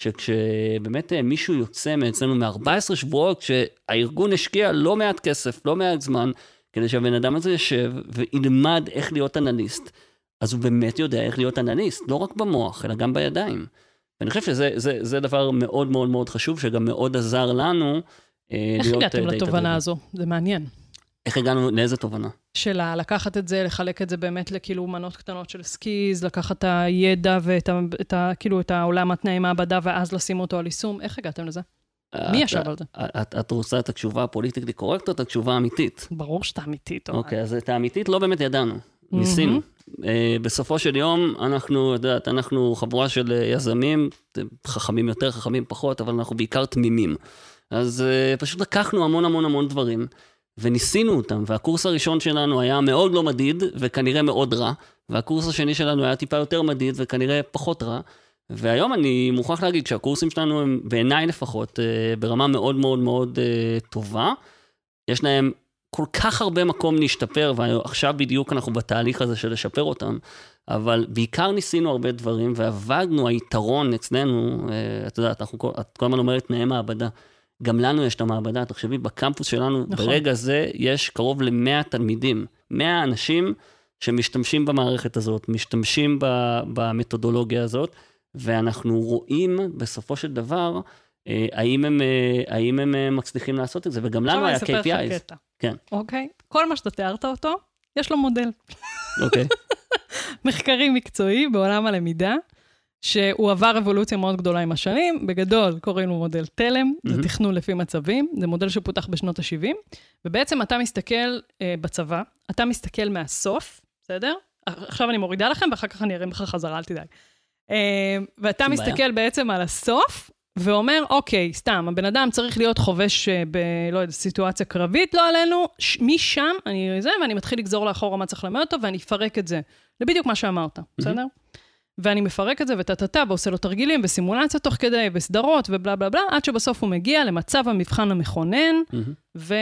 שכשבאמת מישהו יוצא מאצלנו מ-ארבעה עשר שבועות, כשהארגון השקיע לא מעט כסף, לא מעט זמן, כדי שהבן אדם הזה ישב וילמד איך להיות אנליסט, אז הוא באמת יודע איך להיות אנליסט, לא רק במוח, אלא גם בידיים. ואני חושב שזה זה, זה דבר מאוד מאוד מאוד חשוב, שגם מאוד עזר לנו איך הגעתם לתובנה הזו? זה מעניין. איך הגענו, לאיזה תובנה? שלה, לקחת את זה, לחלק את זה באמת לכאילו מנות קטנות של סקיז, לקחת את הידע ואת ה, את ה, כאילו את העולם התנאי מעבדה, ואז לשים אותו על יישום. איך הגעתם לזה? מי ישב על זה? את, את רוצה את התשובה הפוליטיקלי קורקט או את התשובה האמיתית? ברור שאתה אמיתית. אוקיי, אז את האמיתית לא באמת ידענו. ניסינו. בסופו של יום, אנחנו, יודעת, אנחנו חבורה של יזמים, חכמים יותר, חכמים פחות, אבל אנחנו בעיקר תמימים. אז פשוט לקחנו המון המון המון דברים, וניסינו אותם, והקורס הראשון שלנו היה מאוד לא מדיד, וכנראה מאוד רע, והקורס השני שלנו היה טיפה יותר מדיד, וכנראה פחות רע, והיום אני מוכרח להגיד שהקורסים שלנו הם בעיניי לפחות, ברמה מאוד מאוד מאוד טובה, יש להם כל כך הרבה מקום להשתפר, ועכשיו בדיוק אנחנו בתהליך הזה של לשפר אותם, אבל בעיקר ניסינו הרבה דברים, ועבדנו, היתרון אצלנו, את יודעת, אנחנו, את כל הזמן אומרת תנאי מעבדה, גם לנו יש את המעבדה, תחשבי, בקמפוס שלנו, נכון. ברגע זה יש קרוב ל-מאה תלמידים, מאה אנשים שמשתמשים במערכת הזאת, משתמשים במתודולוגיה הזאת, ואנחנו רואים בסופו של דבר, האם הם, האם הם מצליחים לעשות את זה, וגם לנו היה קיי פי איז. כן. אוקיי, כל מה שאתה תיארת אותו, יש לו מודל. אוקיי. מחקרי מקצועי בעולם הלמידה, שהוא עבר אבולוציה מאוד גדולה עם השנים, בגדול קוראים לו מודל תלם, זה תכנון לפי מצבים, זה מודל שפותח בשנות ה-שבעים, ובעצם אתה מסתכל בצבא, אתה מסתכל מהסוף, בסדר? עכשיו אני מורידה לכם, ואחר כך אני אראה לך חזרה, אל תדאג. ואתה מסתכל בעצם על הסוף, ואומר, אוקיי, סתם, הבן אדם צריך להיות חובש ב, לא יודע, סיטואציה קרבית, לא עלינו, ש, משם אני זה, ואני מתחיל לגזור לאחורה מה צריך למד אותו, ואני אפרק את זה, לבדיוק מה שאמרת, בסדר? ואני מפרק את זה וטטטה, ועושה לו תרגילים, וסימולציה תוך כדי, וסדרות, ובלה בלה בלה, עד שבסוף הוא מגיע למצב המבחן המכונן, ו...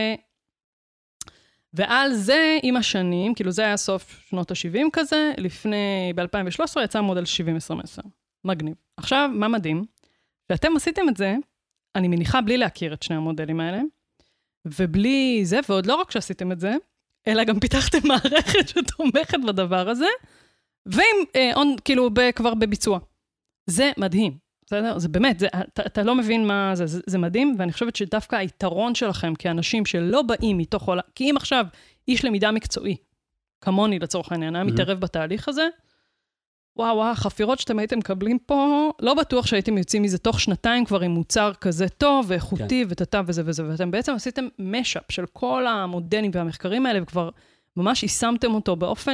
ועל זה, עם השנים, כאילו זה היה סוף שנות ה-שבעים כזה, לפני, ב-אלפיים ושלוש עשרה יצא מודל שבעים עשרים עשר. מגניב. עכשיו, מה מדהים? ואתם עשיתם את זה, אני מניחה בלי להכיר את שני המודלים האלה, ובלי זה, ועוד לא רק שעשיתם את זה, אלא גם פיתחתם מערכת שתומכת בדבר הזה, ועם, אה, on, כאילו, ב, כבר בביצוע. זה מדהים, בסדר? זה באמת, זה, אתה, אתה לא מבין מה זה, זה, זה מדהים, ואני חושבת שדווקא היתרון שלכם, כאנשים שלא באים מתוך עולם, כי אם עכשיו איש למידה מקצועי, כמוני לצורך העניין, היה מתערב בתהליך הזה, וואו, וואו, החפירות שאתם הייתם מקבלים פה, לא בטוח שהייתם יוצאים מזה תוך שנתיים כבר עם מוצר כזה טוב ואיכותי ותתה וזה וזה, ואתם בעצם עשיתם משאפ של כל המודלים והמחקרים האלה, וכבר ממש יישמתם אותו באופן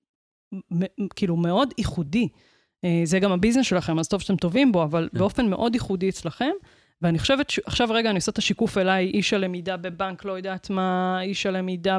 כאילו מאוד ייחודי. זה גם הביזנס שלכם, אז טוב שאתם טובים בו, אבל באופן מאוד ייחודי אצלכם, ואני חושבת שעכשיו רגע אני עושה את השיקוף אליי, איש הלמידה בבנק, לא יודעת מה, איש הלמידה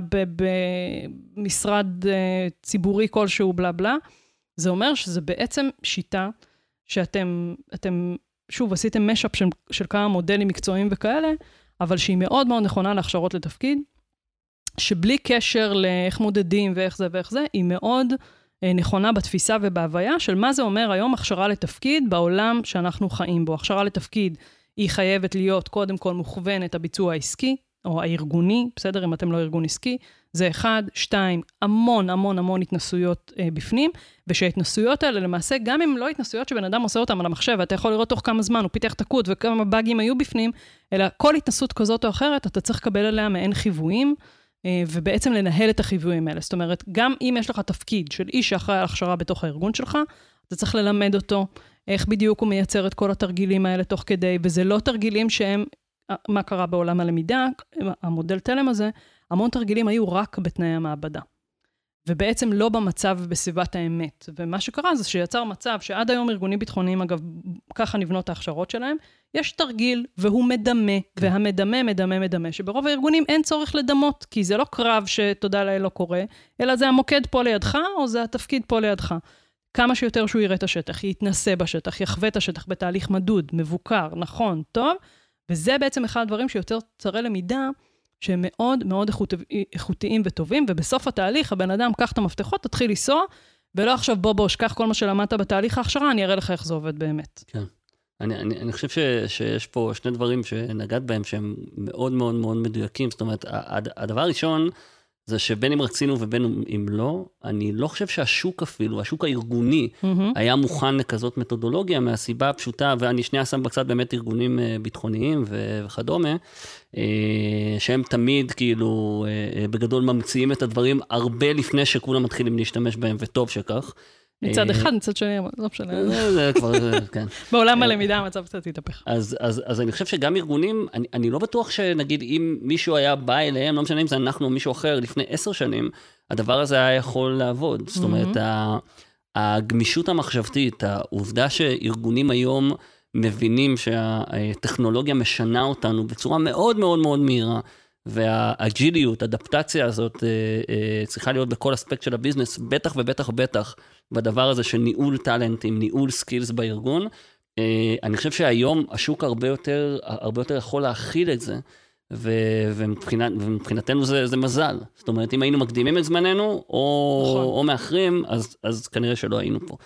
במשרד ציבורי כלשהו, בלה בלה, זה אומר שזה בעצם שיטה שאתם, אתם, שוב, עשיתם משאפ של, של כמה מודלים מקצועיים וכאלה, אבל שהיא מאוד מאוד נכונה להכשרות לתפקיד, שבלי קשר לאיך מודדים ואיך זה ואיך זה, היא מאוד נכונה בתפיסה ובהוויה של מה זה אומר היום הכשרה לתפקיד בעולם שאנחנו חיים בו. הכשרה לתפקיד היא חייבת להיות קודם כל מוכוונת הביצוע העסקי, או הארגוני, בסדר, אם אתם לא ארגון עסקי, זה אחד, שתיים, המון, המון, המון התנסויות אה, בפנים, ושההתנסויות האלה למעשה, גם אם לא התנסויות שבן אדם עושה אותם על המחשב, ואתה יכול לראות תוך כמה זמן, הוא פיתח את הקוד, וכמה באגים היו בפנים, אלא כל התנסות כזאת או אחרת, אתה צריך לקבל עליה מעין חיוויים, אה, ובעצם לנהל את החיוויים האלה. זאת אומרת, גם אם יש לך תפקיד של איש שאחראי על הכשרה בתוך הארגון שלך, אתה צריך ללמד אותו, איך בדיוק הוא מייצר את כל התרגילים האלה תוך כדי, וזה לא תרגילים שהם, מה קרה בעולם הלמידה, המודל תלם הזה, המון תרגילים היו רק בתנאי המעבדה. ובעצם לא במצב בסביבת האמת. ומה שקרה זה שיצר מצב שעד היום ארגונים ביטחוניים, אגב, ככה נבנות ההכשרות שלהם, יש תרגיל והוא מדמה, והמדמה, מדמה, מדמה, שברוב הארגונים אין צורך לדמות, כי זה לא קרב שתודה לאל לא קורה, אלא זה המוקד פה לידך, או זה התפקיד פה לידך. כמה שיותר שהוא יראה את השטח, יתנסה בשטח, יחווה את השטח בתהליך מדוד, מבוקר, נכון, טוב, וזה בעצם אחד הדברים שיותר צרי למידה, שהם מאוד מאוד איכות, איכותיים וטובים, ובסוף התהליך, הבן אדם, קח את המפתחות, תתחיל לנסוע, ולא עכשיו בוא בוא, שכח כל מה שלמדת בתהליך ההכשרה, אני אראה לך איך זה עובד באמת. כן. אני, אני, אני חושב ש, שיש פה שני דברים שנגעת בהם, שהם מאוד מאוד מאוד מדויקים. זאת אומרת, הדבר הראשון, זה שבין אם רצינו ובין אם לא, אני לא חושב שהשוק אפילו, השוק הארגוני, mm-hmm. היה מוכן לכזאת מתודולוגיה, מהסיבה הפשוטה, ואני שנייה שם בקצת באמת ארגונים ביטחוניים וכדומה, שהם תמיד כאילו בגדול ממציאים את הדברים הרבה לפני שכולם מתחילים להשתמש בהם, וטוב שכך. מצד אחד, מצד שני, לא משנה. זה כבר, כן. בעולם הלמידה המצב קצת יתהפך. אז, אז, אז אני חושב שגם ארגונים, אני, אני לא בטוח שנגיד אם מישהו היה בא אליהם, לא משנה אם זה אנחנו או מישהו אחר לפני עשר שנים, הדבר הזה היה יכול לעבוד. זאת אומרת, הגמישות המחשבתית, העובדה שארגונים היום מבינים שהטכנולוגיה משנה אותנו בצורה מאוד מאוד מאוד מהירה, והאג'יליות, האדפטציה הזאת, צריכה להיות בכל אספקט של הביזנס, בטח ובטח ובטח, בדבר הזה של ניהול טלנטים, ניהול סקילס בארגון. אני חושב שהיום השוק הרבה יותר, הרבה יותר יכול להכיל את זה, ומבחינת, ומבחינתנו זה, זה מזל. זאת אומרת, אם היינו מקדימים את זמננו, או, נכון. או מאחרים, אז, אז כנראה שלא היינו פה.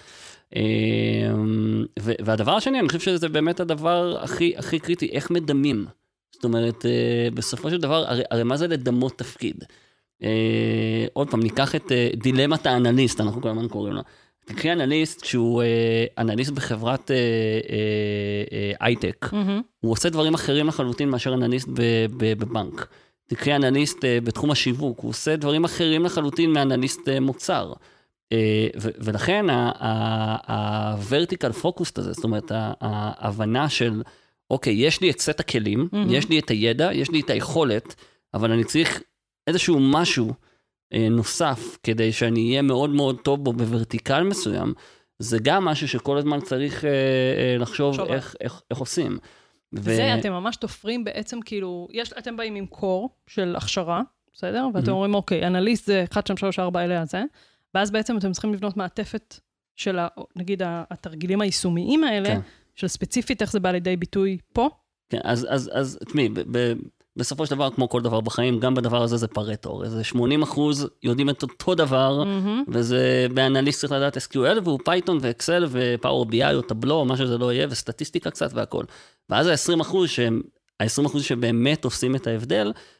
והדבר השני, אני חושב שזה באמת הדבר הכי, הכי קריטי, איך מדמים. זאת אומרת, בסופו של דבר, הרי, הרי מה זה לדמות תפקיד? עוד פעם, ניקח את דילמת האנליסט, אנחנו כל הזמן קוראים לו. תקחי אנליסט, שהוא אנליסט בחברת הייטק, הוא עושה דברים אחרים לחלוטין מאשר אנליסט בבנק. תקחי אנליסט בתחום השיווק, הוא עושה דברים אחרים לחלוטין מאנליסט מוצר. ולכן, ה-vertical focus הזה, זאת אומרת, ההבנה של, אוקיי, יש לי את סט הכלים, יש לי את הידע, יש לי את היכולת, אבל אני צריך איזשהו משהו נוסף, כדי שאני אהיה מאוד מאוד טוב בו בוורטיקל מסוים, זה גם משהו שכל הזמן צריך לחשוב איך, איך, איך עושים. זה, ו... אתם ממש תופרים בעצם כאילו, יש, אתם באים עם קור של הכשרה, בסדר? ואתם אומרים, אוקיי, אנליסט זה אחת, שתיים, שלוש, ארבע אלה הזה, ואז בעצם אתם צריכים לבנות מעטפת של, נגיד, התרגילים היישומיים האלה, כן. של ספציפית איך זה בא לידי ביטוי פה. כן, אז, אז, אז, תשמעי, ב- ב- בסופו של דבר, כמו כל דבר בחיים, גם בדבר הזה זה פרטו. זה שמונים אחוז יודעים את אותו דבר, mm-hmm. וזה באנליסט צריך לדעת אס קיו אל, והוא פייתון ואקסל ופאוור בי איי או טבלו, או מה שזה לא יהיה, וסטטיסטיקה קצת והכל. ואז ה-עשרים אחוז שהם, ה-עשרים אחוז שבאמת עושים את ההבדל,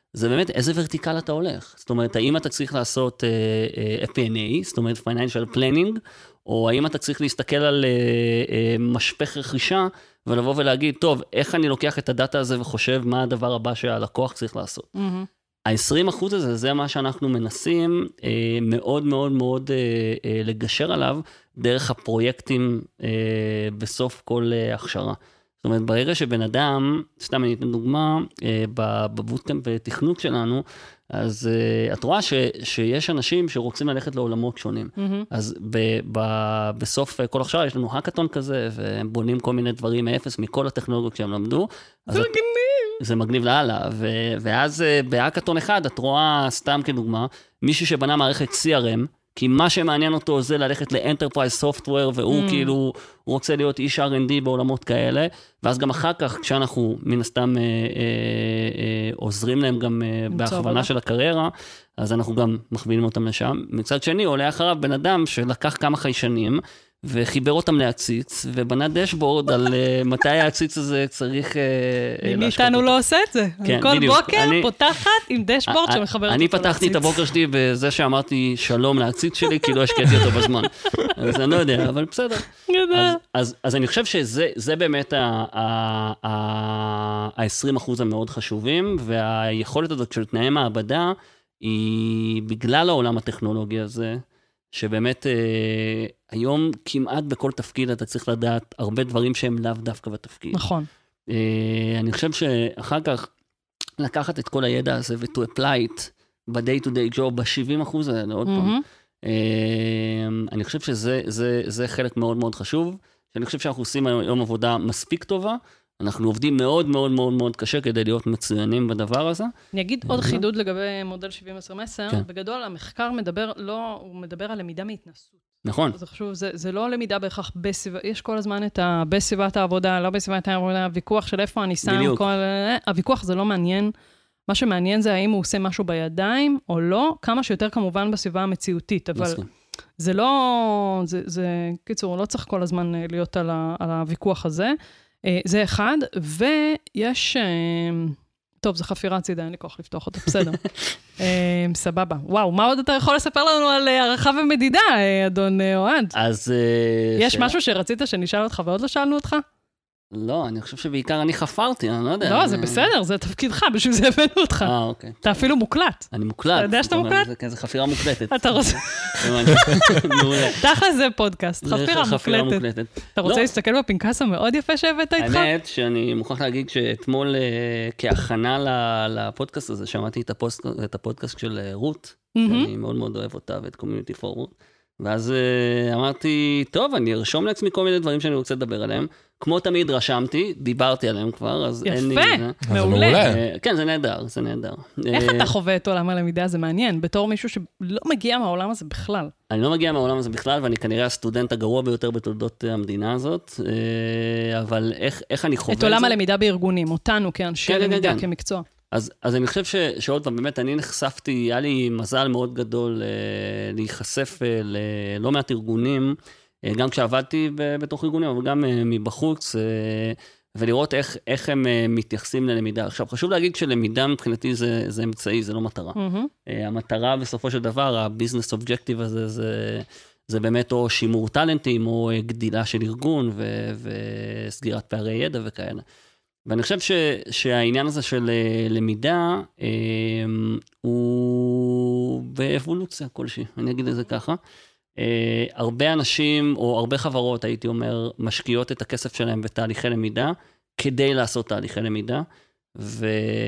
זה באמת איזה ורטיקל אתה הולך. זאת אומרת, האם אתה צריך לעשות uh, uh, F P and A, זאת אומרת, Financial Planning, או האם אתה צריך להסתכל על uh, uh, משפך רכישה, ולבוא ולהגיד, טוב, איך אני לוקח את הדאטה הזה וחושב מה הדבר הבא שהלקוח צריך לעשות. Mm-hmm. ה-עשרים אחוז הזה, זה מה שאנחנו מנסים אה, מאוד מאוד מאוד אה, אה, לגשר עליו, דרך הפרויקטים אה, בסוף כל אה, הכשרה. זאת אומרת, ברגע שבן אדם, סתם אני אתן דוגמה, אה, בבוטקאמפ ותכנות שלנו, אז אה, את רואה ש, שיש אנשים שרוצים ללכת לעולמות שונים. Mm-hmm. אז ב, ב, בסוף כל הכשרה יש לנו האקתון כזה, והם בונים כל מיני דברים מאפס, מכל הטכנולוגיות שהם למדו. זה מגניב. זה מגניב להלאה, ו- ואז בהאקתון אחד, את רואה, סתם כדוגמה, מישהו שבנה מערכת C R M, כי מה שמעניין אותו זה ללכת ל-Enterprise Software, והוא mm. כאילו, הוא רוצה להיות איש אר אנד די בעולמות כאלה, ואז גם אחר כך, כשאנחנו מן הסתם אה, אה, אה, עוזרים להם גם אה, בהכוונה של הקריירה, אז אנחנו גם מכווינים אותם לשם. מצד שני, עולה אחריו בן אדם שלקח כמה חיישנים, וחיבר אותם להציץ, ובנה דשבורד על מתי ההציץ הזה צריך להשקות. מי איתנו לא עושה את זה? כל בוקר פותחת עם דשבורד שמחברת אותו להציץ. אני פתחתי את הבוקר שלי בזה שאמרתי שלום להציץ שלי, כי לא השקעתי אותו בזמן. אז אני לא יודע, אבל בסדר. אז אני חושב שזה באמת ה-עשרים אחוז המאוד חשובים, והיכולת הזאת של תנאי מעבדה, היא בגלל העולם הטכנולוגי הזה, שבאמת אה, היום כמעט בכל תפקיד אתה צריך לדעת הרבה דברים שהם לאו דווקא בתפקיד. נכון. אה, אני חושב שאחר כך לקחת את כל הידע הזה ו-to apply it ב-day to day job, ב-שבעים אחוז האלה, עוד mm-hmm. פעם. אה, אני חושב שזה זה, זה חלק מאוד מאוד חשוב, שאני חושב שאנחנו עושים היום עבודה מספיק טובה, אנחנו עובדים מאוד מאוד מאוד מאוד קשה כדי להיות מצוינים בדבר הזה. אני אגיד עוד חידוד לגבי מודל שבעים עשר מסר. בגדול, המחקר מדבר, לא, הוא מדבר על למידה מהתנסות. נכון. זה חשוב, זה, זה לא למידה בהכרח בסביבת, יש כל הזמן את ה, בסביבת העבודה, לא בסביבת העבודה, הוויכוח של איפה אני שם, כל, הוויכוח זה לא מעניין. מה שמעניין זה האם הוא עושה משהו בידיים או לא, כמה שיותר כמובן בסביבה המציאותית, אבל זה לא, זה, זה, קיצור, לא צריך כל הזמן להיות על, ה, על הוויכוח הזה. זה אחד, ויש, טוב, זה חפירה צידה, אין לי כוח לפתוח אותו, בסדר. סבבה. וואו, מה עוד אתה יכול לספר לנו על הערכה ומדידה, אדון אוהד? אז... יש משהו שרצית שנשאל אותך ועוד לא שאלנו אותך? לא, אני חושב שבעיקר אני חפרתי, אני לא יודע. לא, זה בסדר, זה תפקידך, בשביל זה הבאנו אותך. אה, אוקיי. אתה אפילו מוקלט. אני מוקלט. אתה יודע שאתה מוקלט? זה חפירה מוקלטת. אתה רוצה... תכל'ס זה פודקאסט, חפירה מוקלטת. אתה רוצה להסתכל בפנקס המאוד יפה שהבאת איתך? האמת שאני מוכרח להגיד שאתמול כהכנה לפודקאסט הזה, שמעתי את הפודקאסט של רות, שאני מאוד מאוד אוהב אותה ואת קומיוניטי פורוורד. ואז אמרתי, טוב, אני ארשום לעצמי כל מיני דברים שאני רוצה לדבר עליהם. כמו תמיד רשמתי, דיברתי עליהם כבר, אז אין לי... יפה, מעולה. כן, זה נהדר, זה נהדר. איך אתה חווה את עולם הלמידה? זה מעניין, בתור מישהו שלא מגיע מהעולם הזה בכלל. אני לא מגיע מהעולם הזה בכלל, ואני כנראה הסטודנט הגרוע ביותר בתולדות המדינה הזאת, אבל איך אני חווה את זה? את עולם הלמידה בארגונים, אותנו כאנשי למידה, כמקצוע. אז, אז אני חושב ש, שעוד פעם, באמת, אני נחשפתי, היה לי מזל מאוד גדול אה, להיחשף אה, ללא מעט ארגונים, אה, גם כשעבדתי ב, בתוך ארגונים, אבל גם אה, מבחוץ, אה, ולראות איך, איך הם אה, מתייחסים ללמידה. עכשיו, חשוב להגיד שלמידה מבחינתי זה, זה אמצעי, זה לא מטרה. Mm-hmm. אה, המטרה בסופו של דבר, הביזנס אובג'קטיב הזה, זה, זה באמת או שימור טלנטים, או גדילה של ארגון, ו, וסגירת פערי ידע וכאלה. ואני חושב ש, שהעניין הזה של למידה אה, הוא באבולוציה כלשהי, אני אגיד את זה ככה. אה, הרבה אנשים או הרבה חברות, הייתי אומר, משקיעות את הכסף שלהם בתהליכי למידה, כדי לעשות תהליכי למידה, ו,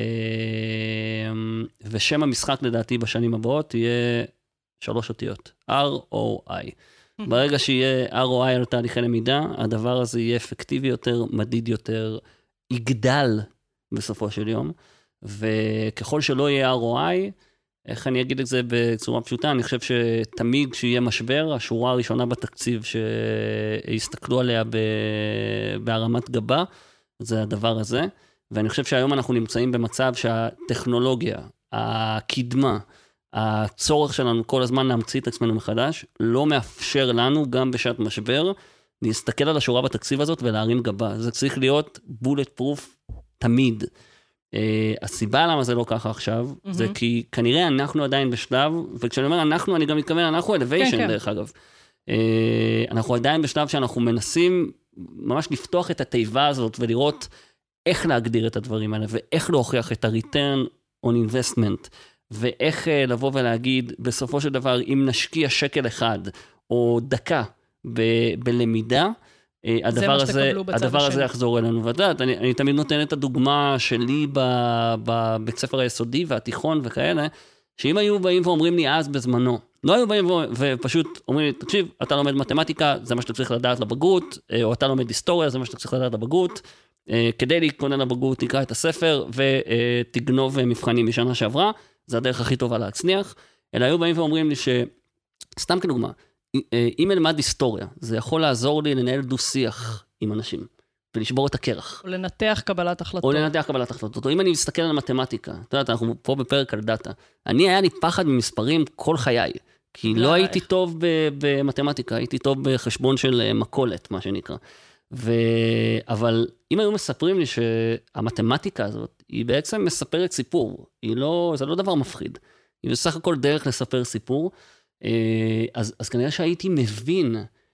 ושם המשחק לדעתי בשנים הבאות יהיה שלוש אותיות, אר או איי. ברגע שיהיה אר או איי על תהליכי למידה, הדבר הזה יהיה אפקטיבי יותר, מדיד יותר, יגדל בסופו של יום, וככל שלא יהיה אר או איי, איך אני אגיד את זה בצורה פשוטה, אני חושב שתמיד כשיהיה משבר, השורה הראשונה בתקציב שיסתכלו עליה בהרמת גבה, זה הדבר הזה, ואני חושב שהיום אנחנו נמצאים במצב שהטכנולוגיה, הקדמה, הצורך שלנו כל הזמן להמציא את עצמנו מחדש, לא מאפשר לנו גם בשעת משבר, להסתכל על השורה בתקציב הזאת ולהרים גבה. זה צריך להיות בולט פרוף תמיד. הסיבה למה זה לא ככה עכשיו, זה כי כנראה אנחנו עדיין בשלב, וכשאני אומר אנחנו, אני גם מתכוון, אנחנו elevation דרך אגב. אנחנו עדיין בשלב שאנחנו מנסים ממש לפתוח את התיבה הזאת, ולראות איך להגדיר את הדברים האלה, ואיך להוכיח את ה-return on investment, ואיך לבוא ולהגיד, בסופו של דבר, אם נשקיע שקל אחד, או דקה ב- בלמידה, הדבר הזה, הדבר הזה יחזור אלינו. ואתה, אני, אני תמיד נותן את הדוגמה שלי בבית ספר היסודי והתיכון וכאלה, שאם היו באים ואומרים לי אז בזמנו, לא היו באים ופשוט אומרים לי, תקשיב, אתה לומד מתמטיקה, זה מה שאתה צריך לדעת לבגרות, או אתה לומד היסטוריה, זה מה שאתה צריך לדעת לבגרות, כדי להתכונן לבגרות, תקרא את הספר ותגנוב מבחנים משנה שעברה, זה הדרך הכי טובה להצניח, אלא היו באים ואומרים לי שסתם כדוגמה, אם אלמד היסטוריה, זה יכול לעזור לי לנהל דו-שיח עם אנשים, ולשבור את הקרח. או לנתח קבלת החלטות. או לנתח קבלת החלטות. או אם אני מסתכל על מתמטיקה, אתה יודע, אנחנו פה בפרק על דאטה, אני היה לי פחד ממספרים כל חיי, כי לא הייתי טוב במתמטיקה, הייתי טוב בחשבון של מקולת, מה שנקרא. ו... אבל אם היו מספרים לי שהמתמטיקה הזאת, היא בעצם מספרת סיפור, היא לא, זה לא דבר מפחיד, היא בסך הכל דרך לספר סיפור, אז, אז כנראה שהייתי מבין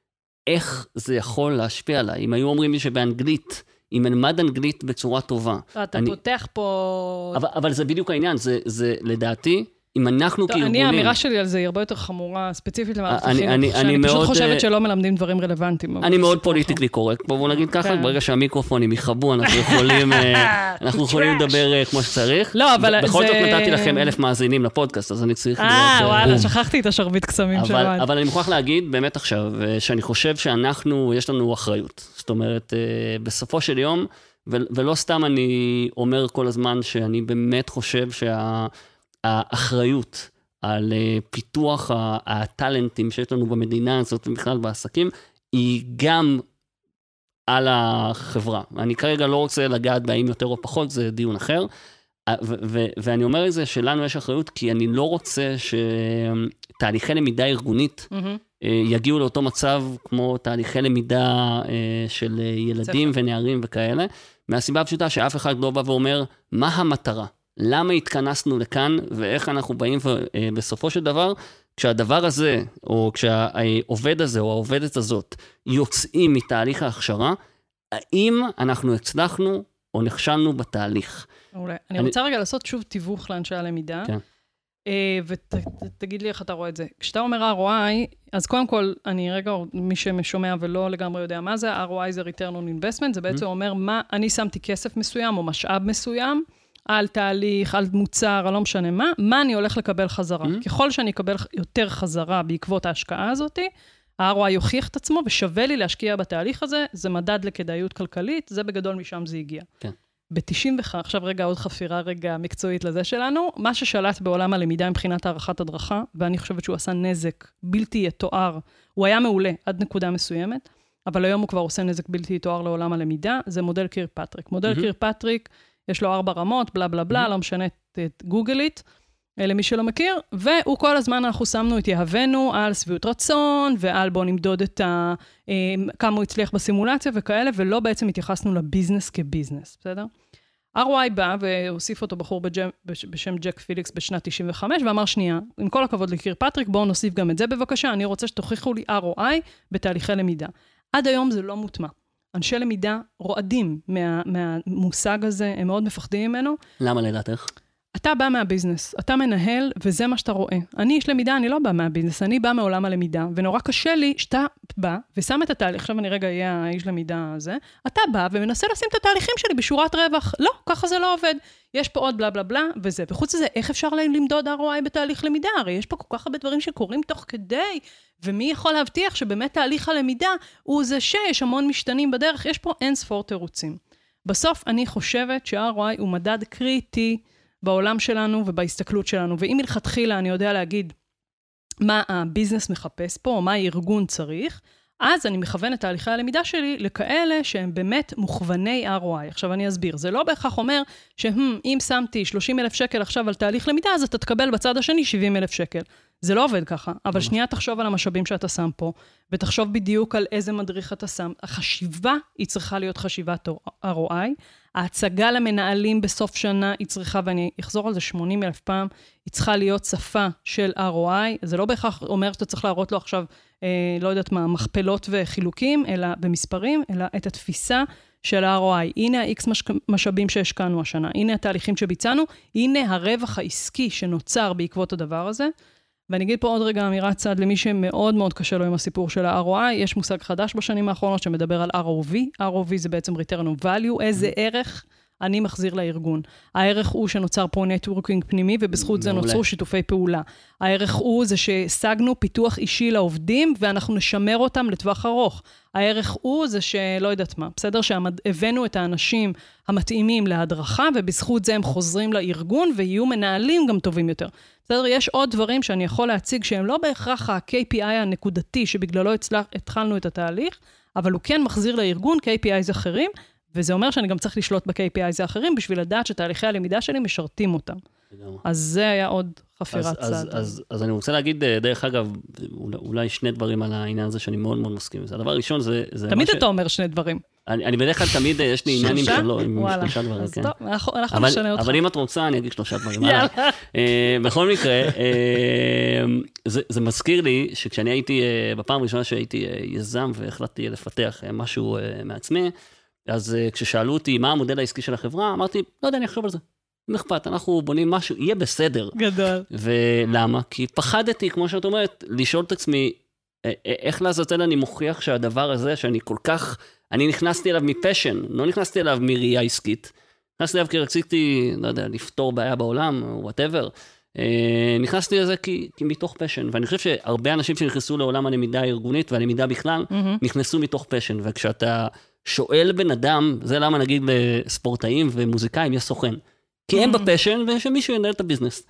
איך זה יכול להשפיע עליי. אם היו אומרים לי שבאנגלית, אם אלמד אנגלית בצורה טובה. אתה אני... פותח פה... אבל, אבל זה בדיוק העניין, זה, זה לדעתי, אם אנחנו כארגונים... אני, האמירה שלי על זה היא הרבה יותר חמורה, ספציפית למערכת החינוך, שאני פשוט חושבת שלא מלמדים דברים רלוונטיים. אני מאוד פוליטיקלי קורקט, בואו נגיד ככה, ברגע שהמיקרופונים יחבו, אנחנו יכולים אנחנו יכולים לדבר כמו שצריך. לא, אבל בכל זאת נתתי לכם אלף מאזינים לפודקאסט, אז אני צריך... אה, וואלה, שכחתי את השרביט קסמים שלנו. אבל אני מוכרח להגיד, באמת עכשיו, שאני חושב שאנחנו, יש לנו אחריות. זאת אומרת, בסופו של יום, ולא סתם אני אומר כל הזמן שאני באמת חושב שה האחריות על פיתוח הטלנטים שיש לנו במדינה הזאת ובכלל בעסקים, היא גם על החברה. אני כרגע לא רוצה לגעת בהאם יותר או פחות, זה דיון אחר, ואני אומר את זה שלנו יש אחריות, כי אני לא רוצה שתהליכי למידה ארגונית יגיעו לאותו מצב כמו תהליכי למידה של ילדים ונערים וכאלה, מהסיבה הפשוטה שאף אחד לא בא ואומר מה המטרה. למה התכנסנו לכאן, ואיך אנחנו באים בסופו של דבר, כשהדבר הזה, או כשהעובד הזה, או העובדת הזאת, יוצאים מתהליך ההכשרה, האם אנחנו הצלחנו, או נכשלנו בתהליך. אולי. אני רוצה רגע לעשות שוב תיווך לאנשי הלמידה, ותגיד לי איך אתה רואה את זה. כשאתה אומר אר או איי, אז קודם כל, אני רגע, מי שמשומע ולא לגמרי יודע מה זה, אר או איי זה return on investment, זה בעצם אומר, מה, אני שמתי כסף מסוים, או משאב מסוים, על תהליך, על מוצר, על לא משנה מה, מה אני הולך לקבל חזרה. Mm-hmm. ככל שאני אקבל יותר חזרה בעקבות ההשקעה הזאת, ה-אר או איי יוכיח את עצמו, ושווה לי להשקיע בתהליך הזה, זה מדד לכדאיות כלכלית, זה בגדול משם זה הגיע. כן. ב-תשעים וחמש, עכשיו רגע עוד חפירה רגע מקצועית לזה שלנו, מה ששלט בעולם הלמידה מבחינת הערכת הדרכה, ואני חושבת שהוא עשה נזק בלתי יתואר, הוא היה מעולה עד נקודה מסוימת, אבל היום הוא כבר עושה נזק בלתי יתואר לעולם הלמידה, זה מודל קירפטריק. מודל mm-hmm. קירפטריק, יש לו ארבע רמות, בלה בלה בלה, mm-hmm. לא משנה את גוגלית, למי שלא מכיר, והוא כל הזמן אנחנו שמנו את יהבנו על סביעות רצון, ועל בוא נמדוד את ה, כמה הוא הצליח בסימולציה וכאלה, ולא בעצם התייחסנו לביזנס כביזנס, בסדר? אר או איי בא והוסיף אותו בחור בג'ם, בשם ג'ק פיליקס בשנת תשעים וחמש, ואמר שנייה, עם כל הכבוד לקירפטריק, בואו נוסיף גם את זה בבקשה, אני רוצה שתוכיחו לי אר או איי בתהליכי למידה. עד היום זה לא מוטמע. אנשי למידה רועדים מה, מהמושג הזה, הם מאוד מפחדים ממנו. למה לדעתך? אתה בא מהביזנס, אתה מנהל, וזה מה שאתה רואה. אני איש למידה, אני לא בא מהביזנס, אני בא מעולם הלמידה, ונורא קשה לי שאתה בא ושם את התהליך, עכשיו אני רגע אהיה האיש למידה הזה, אתה בא ומנסה לשים את התהליכים שלי בשורת רווח. לא, ככה זה לא עובד. יש פה עוד בלה בלה בלה וזה. וחוץ לזה, איך אפשר למדוד אר או איי בתהליך למידה? הרי יש פה כל כך הרבה דברים שקורים תוך כדי, ומי יכול להבטיח שבאמת תהליך הלמידה הוא זה שיש המון משתנים בדרך, יש פה אין ספור תירוצים. בסוף אני חושבת ש-אר או איי הוא מדד קריטי בעולם שלנו ובהסתכלות שלנו, ואם מלכתחילה אני יודע להגיד מה הביזנס מחפש פה, או מה הארגון צריך, אז אני מכוון את תהליכי הלמידה שלי לכאלה שהם באמת מוכווני אר או איי. עכשיו אני אסביר, זה לא בהכרח אומר שאם שמתי שלושים אלף שקל עכשיו על תהליך למידה, אז אתה תקבל בצד השני שבעים אלף שקל. זה לא עובד ככה, אבל שנייה תחשוב על המשאבים שאתה שם פה, ותחשוב בדיוק על איזה מדריך אתה שם. החשיבה היא צריכה להיות חשיבת אר או איי, ההצגה למנהלים בסוף שנה, היא צריכה, ואני אחזור על זה שמונים אלף פעם, היא צריכה להיות שפה של אר או איי, זה לא בהכרח אומר שאתה צריך להראות לו עכשיו, אה, לא יודעת מה, מכפלות וחילוקים, אלא במספרים, אלא את התפיסה של ה-אר או איי. הנה ה-X משאבים שהשקענו השנה, הנה התהליכים שביצענו, הנה הרווח העסקי שנוצר בעקבות הדבר הזה, ואני אגיד פה עוד רגע אמירת צד למי שמאוד מאוד קשה לו עם הסיפור של ה-אר או איי, יש מושג חדש בשנים האחרונות שמדבר על אר או וי, אר או וי זה בעצם return of value, איזה ערך אני מחזיר לארגון. הערך הוא שנוצר פה נטוורקינג פנימי, ובזכות זה נוצרו שיתופי פעולה. הערך הוא זה שהשגנו פיתוח אישי לעובדים, ואנחנו נשמר אותם לטווח ארוך. הערך הוא זה שלא יודעת מה, בסדר? שהבאנו את האנשים המתאימים להדרכה, ובזכות זה הם חוזרים לארגון, ויהיו מנהלים גם טובים יותר. בסדר? יש עוד דברים שאני יכול להציג, שהם לא בהכרח ה-קיי פי איי הנקודתי, שבגללו התחלנו את התהליך, אבל הוא כן מחזיר לארגון קיי פי איי אחרים, וזה אומר שאני גם צריך לשלוט ב-קיי פי איי האחרים, בשביל לדעת שתהליכי הלמידה שלי משרתים אותם. אז זה היה עוד חפירת צד. אז, אז, אז אני רוצה להגיד, דרך אגב, אולי שני דברים על העניין הזה שאני מאוד מאוד מסכים. הדבר הראשון זה... זה תמיד אתה ש... אומר שני דברים. אני, אני בדרך כלל תמיד, יש לי עניינים שלו, עם שלושה דברים. אז כן. טוב, אנחנו, אנחנו אבל, נשנה אותך. אבל אם את רוצה, אני אגיד שלושה דברים. יאללה. uh, בכל מקרה, uh, זה, זה מזכיר לי שכשאני הייתי, uh, בפעם הראשונה שהייתי uh, יזם והחלטתי לפתח uh, משהו uh, מעצמי, אז uh, כששאלו אותי מה המודל העסקי של החברה, אמרתי, לא יודע, אני אחשוב על זה. מכפת, אנחנו בונים משהו, יהיה בסדר. גדול. ולמה? כי פחדתי, כמו שאת אומרת, לשאול את עצמי, איך לעזאזל אני מוכיח שהדבר הזה, שאני כל כך, אני נכנסתי אליו מפשן, לא נכנסתי אליו מראייה עסקית, נכנסתי אליו כי רציתי, לא יודע, לפתור בעיה בעולם, או whatever, נכנסתי לזה כי, כי מתוך פשן, ואני חושב שהרבה אנשים שנכנסו לעולם הלמידה הארגונית, והלמידה בכלל, mm-hmm. נכנסו מתוך פשן, וכשאתה שואל בן אדם, זה למה נגיד לספורטאים ומוזיקאים יש סוכן, כי הם בפשן, ושמישהו ינהל את הביזנס.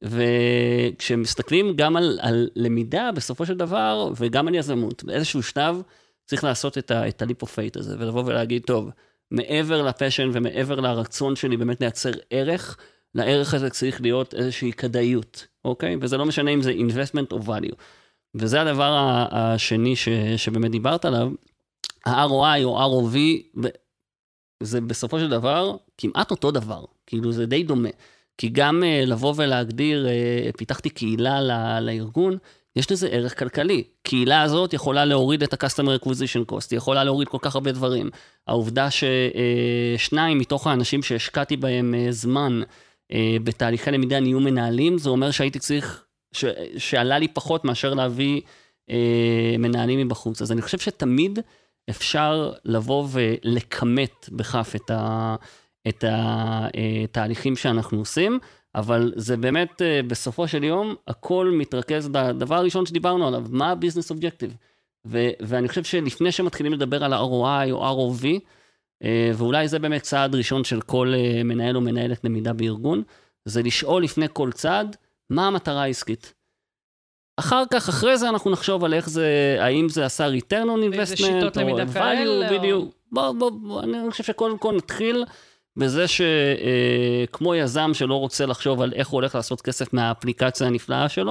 וכשמסתכלים גם על, על למידה, בסופו של דבר, וגם על יזמות, באיזשהו שלב, צריך לעשות את ה- את ה-leap of faith הזה, ולבוא ולהגיד, טוב, מעבר לפשן ומעבר לרצון שלי באמת לייצר ערך, לערך הזה צריך להיות איזושהי כדאיות, אוקיי? וזה לא משנה אם זה investment או value. וזה הדבר השני ש, שבאמת דיברת עליו, ה-אר או איי או אר או וי, זה בסופו של דבר כמעט אותו דבר, כאילו זה די דומה. כי גם לבוא ולהגדיר, פיתחתי קהילה לארגון, יש לזה ערך כלכלי. קהילה הזאת יכולה להוריד את ה-customer acquisition cost, היא יכולה להוריד כל כך הרבה דברים. העובדה ששניים מתוך האנשים שהשקעתי בהם זמן בתהליכי למידה נהיו מנהלים, זה אומר שהייתי צריך, ש... שעלה לי פחות מאשר להביא מנהלים מבחוץ. אז אני חושב שתמיד אפשר לבוא ולקמת בכף את ה... את התהליכים שאנחנו עושים, אבל זה באמת בסופו של יום, הכל מתרכז בדבר הראשון שדיברנו עליו, מה ה-business objective. ו- ואני חושב שלפני שמתחילים לדבר על ה-אר או איי או אר או וי, ואולי זה באמת צעד ראשון של כל מנהל או מנהלת למידה בארגון, זה לשאול לפני כל צעד, מה המטרה העסקית. אחר כך, אחרי זה אנחנו נחשוב על איך זה, האם זה עשה return on investment, או value, בדיוק. בוא, בוא, בוא, אני חושב שקודם כל נתחיל, בזה שכמו יזם שלא רוצה לחשוב על איך הוא הולך לעשות כסף מהאפליקציה הנפלאה שלו,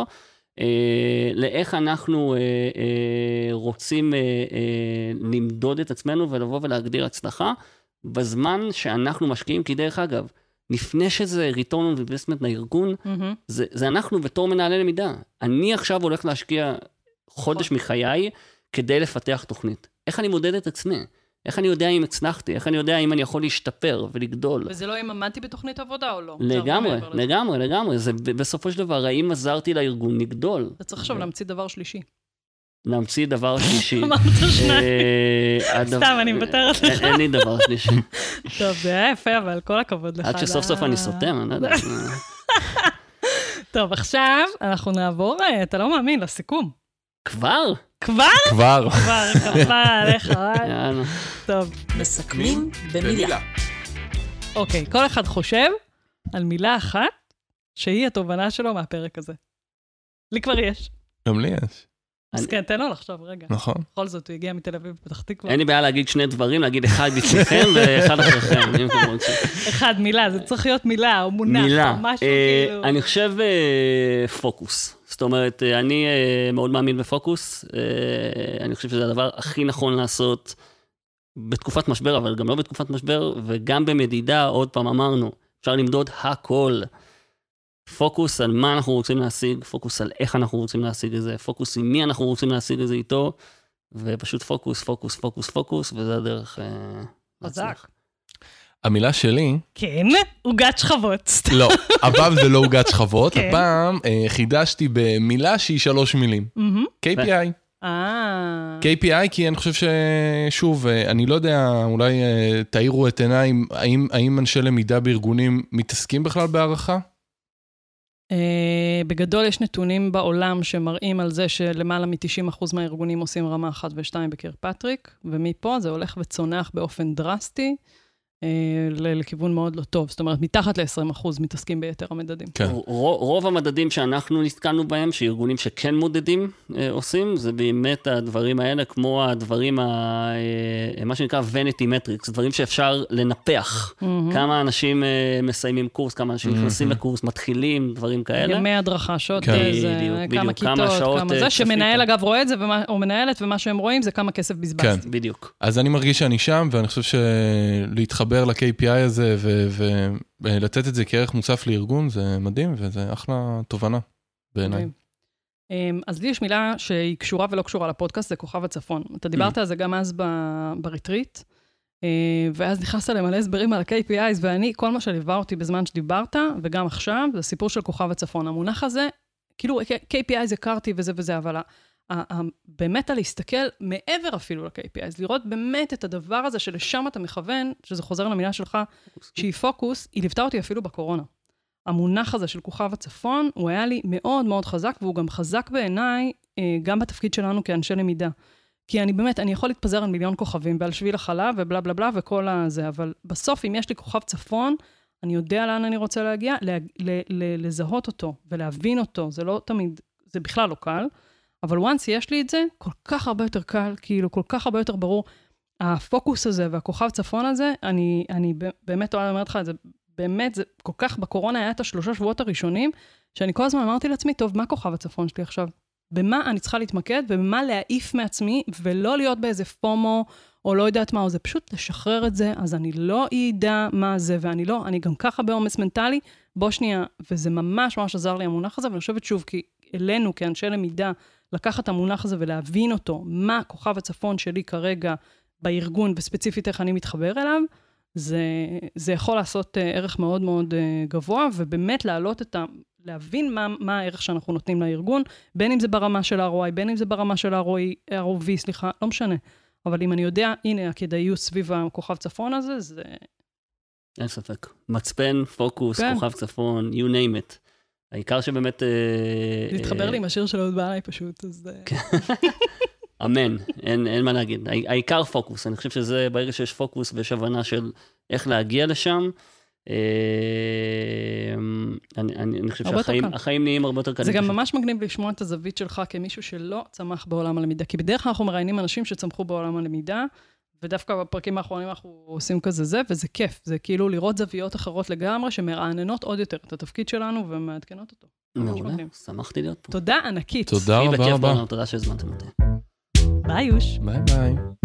לאיך אנחנו רוצים למדוד את עצמנו ולבוא ולהגדיר הצלחה, בזמן שאנחנו משקיעים, כי דרך אגב, לפני שזה return on investment לארגון, זה, זה אנחנו בתור מנהלי למידה. אני עכשיו הולך להשקיע חודש מחיי כדי לפתח תוכנית. איך אני מודד את עצמי? איך אני יודע אם הצלחתי? איך אני יודע אם אני יכול להשתפר ולגדול? וזה לא אם עמדתי בתוכנית עבודה או לא? לגמרי, לגמרי, לגמרי. זה בסופו של דבר, האם עזרתי לארגון לגדול? אתה צריך עכשיו להמציא דבר שלישי. להמציא דבר שלישי. אמרת שניים. סתם, אני מבטרת לך. אין לי דבר שלישי. טוב, זה היה יפה, אבל כל הכבוד לך. עד שסוף סוף אני סותם, אני לא יודע. טוב, עכשיו אנחנו נעבור, אתה לא מאמין, לסיכום. כבר? כבר? כבר. כבר, כפה עליך. יאללה. טוב. מסכמים במילה. אוקיי, כל אחד חושב על מילה אחת שהיא התובנה שלו מהפרק הזה. לי כבר יש. גם לי יש. אז כן, תן לו לחשוב, רגע. נכון. בכל זאת, הוא הגיע מתל אביב פתח תקווה. אין לי בעיה להגיד שני דברים, להגיד אחד בפניכם ואחד אחריכם. אחד, מילה, זה צריך להיות מילה, או מונח, מילה. או משהו כאילו. אני חושב פוקוס. זאת אומרת, אני מאוד מאמין בפוקוס. אני חושב שזה הדבר הכי נכון לעשות בתקופת משבר, אבל גם לא בתקופת משבר, וגם במדידה, עוד פעם אמרנו, אפשר למדוד הכל. פוקוס על מה אנחנו רוצים להשיג, פוקוס על איך אנחנו רוצים להשיג את זה, פוקוס עם מי אנחנו רוצים להשיג את זה איתו, ופשוט פוקוס, פוקוס, פוקוס, פוקוס, וזה הדרך אה, חזק. המילה שלי... כן, עוגת שכבות. לא, הפעם זה לא עוגת שכבות, הפעם חידשתי במילה שהיא שלוש מילים. קיי פי איי. אה... קיי פי איי, כי אני חושב ששוב, אני לא יודע, אולי תאירו את עיניי, האם, האם אנשי למידה בארגונים מתעסקים בכלל בערכה? Uh, בגדול יש נתונים בעולם שמראים על זה שלמעלה מ-תשעים אחוז מהארגונים עושים רמה אחת ושתיים בקירפטריק, ומפה זה הולך וצונח באופן דרסטי, לכיוון מאוד לא טוב. זאת אומרת, מתחת ל-עשרים אחוז מתעסקים ביתר המדדים. כן. רוב המדדים שאנחנו נתקלנו בהם, שארגונים שכן מודדים עושים, זה באמת הדברים האלה, כמו הדברים, מה שנקרא vanity metrics, דברים שאפשר לנפח. כמה אנשים מסיימים קורס, כמה אנשים נכנסים לקורס, מתחילים, דברים כאלה. ימי הדרכה, שעות, כמה כיתות, כמה זה, שמנהל אגב רואה את זה, או מנהלת, ומה שהם רואים זה כמה כסף בזבז. בדיוק. אז אני מרגיש שאני שם, ואני חושב שלהתחבר ל-קיי פי איי הזה, ולתת את זה כערך מוסף לארגון, זה מדהים, וזה אחלה תובנה בעיניי. אז לי יש מילה שהיא קשורה ולא קשורה לפודקאסט, זה כוכב הצפון. אתה דיברת על זה גם אז בריטריט, ואז נכנסת למלא הסברים על ה-קיי פי איז, ואני, כל מה שליווה אותי בזמן שדיברת, וגם עכשיו, זה סיפור של כוכב הצפון. המונח הזה, כאילו, קיי פי איז הכרתי וזה וזה, אבל באמת להסתכל מעבר אפילו ל-קיי פי איז, לראות באמת את הדבר הזה שלשם אתה מכוון, שזה חוזר למילה שלך, שהיא פוקוס, היא ליוותה אותי אפילו בקורונה. המונח הזה של כוכב הצפון, הוא היה לי מאוד מאוד חזק, והוא גם חזק בעיניי, גם בתפקיד שלנו כאנשי למידה. כי אני באמת, אני יכול להתפזר על מיליון כוכבים, ועל שביל החלב, ובלה בלה בלה, וכל הזה, אבל בסוף, אם יש לי כוכב צפון, אני יודע לאן אני רוצה להגיע, לזהות אותו, ולהבין אותו, זה לא תמיד, זה בכלל לא קל, אבל once יש לי את זה, כל כך הרבה יותר קל, כאילו, כל כך הרבה יותר ברור, הפוקוס הזה, והכוכב צפון הזה, אני, אני באמת אומרת לך, זה באמת, זה כל כך, בקורונה היה את השלושה שבועות הראשונים, שאני כל הזמן אמרתי לעצמי, טוב, מה כוכב הצפון שלי עכשיו? במה אני צריכה להתמקד, ובמה להעיף מעצמי, ולא להיות באיזה פומו, או לא יודעת מה, או זה פשוט לשחרר את זה, אז אני לא ידע מה זה, ואני לא, אני גם ככה בעומס מנטלי, בוא שנייה, וזה ממש ממש עזר לי המונח הזה, ואני חושבת שוב, כי אלינו, כאנשי למידה, לקחת את המונח הזה ולהבין אותו, מה כוכב הצפון שלי כרגע בארגון, וספציפית איך אני מתחבר אליו, זה, זה יכול לעשות ערך מאוד מאוד גבוה, ובאמת להעלות את ה... להבין מה, מה הערך שאנחנו נותנים לארגון, בין אם זה ברמה של ה-אר או איי, בין אם זה ברמה של ה-אר או וי, סליחה, לא משנה. אבל אם אני יודע, הנה, הכדאיות סביב הכוכב צפון הזה, זה... אין ספק. מצפן, פוקוס, כן. כוכב צפון, you name it. העיקר שבאמת... להתחבר אה, לי עם השיר של עוד בעלי פשוט, אז... אמן, אין, אין מה להגיד. העיקר פוקוס, אני חושב שזה ברגע שיש פוקוס ויש הבנה של איך להגיע לשם, אני, אני, אני חושב שהחיים נהיים הרבה יותר קלים. זה גם ממש מגניב לשמוע את הזווית שלך כמישהו שלא צמח בעולם הלמידה, כי בדרך כלל אנחנו מראיינים אנשים שצמחו בעולם הלמידה, ודווקא בפרקים האחרונים אנחנו עושים כזה זה, וזה כיף, זה כאילו לראות זוויות אחרות לגמרי, שמרעננות עוד יותר את התפקיד שלנו, ומעדכנות אותו. מעולה, שמחתי להיות פה. תודה ענקית. תודה רבה רבה. תודה שהזמנתם אותי. ביי יוש. ביי ביי.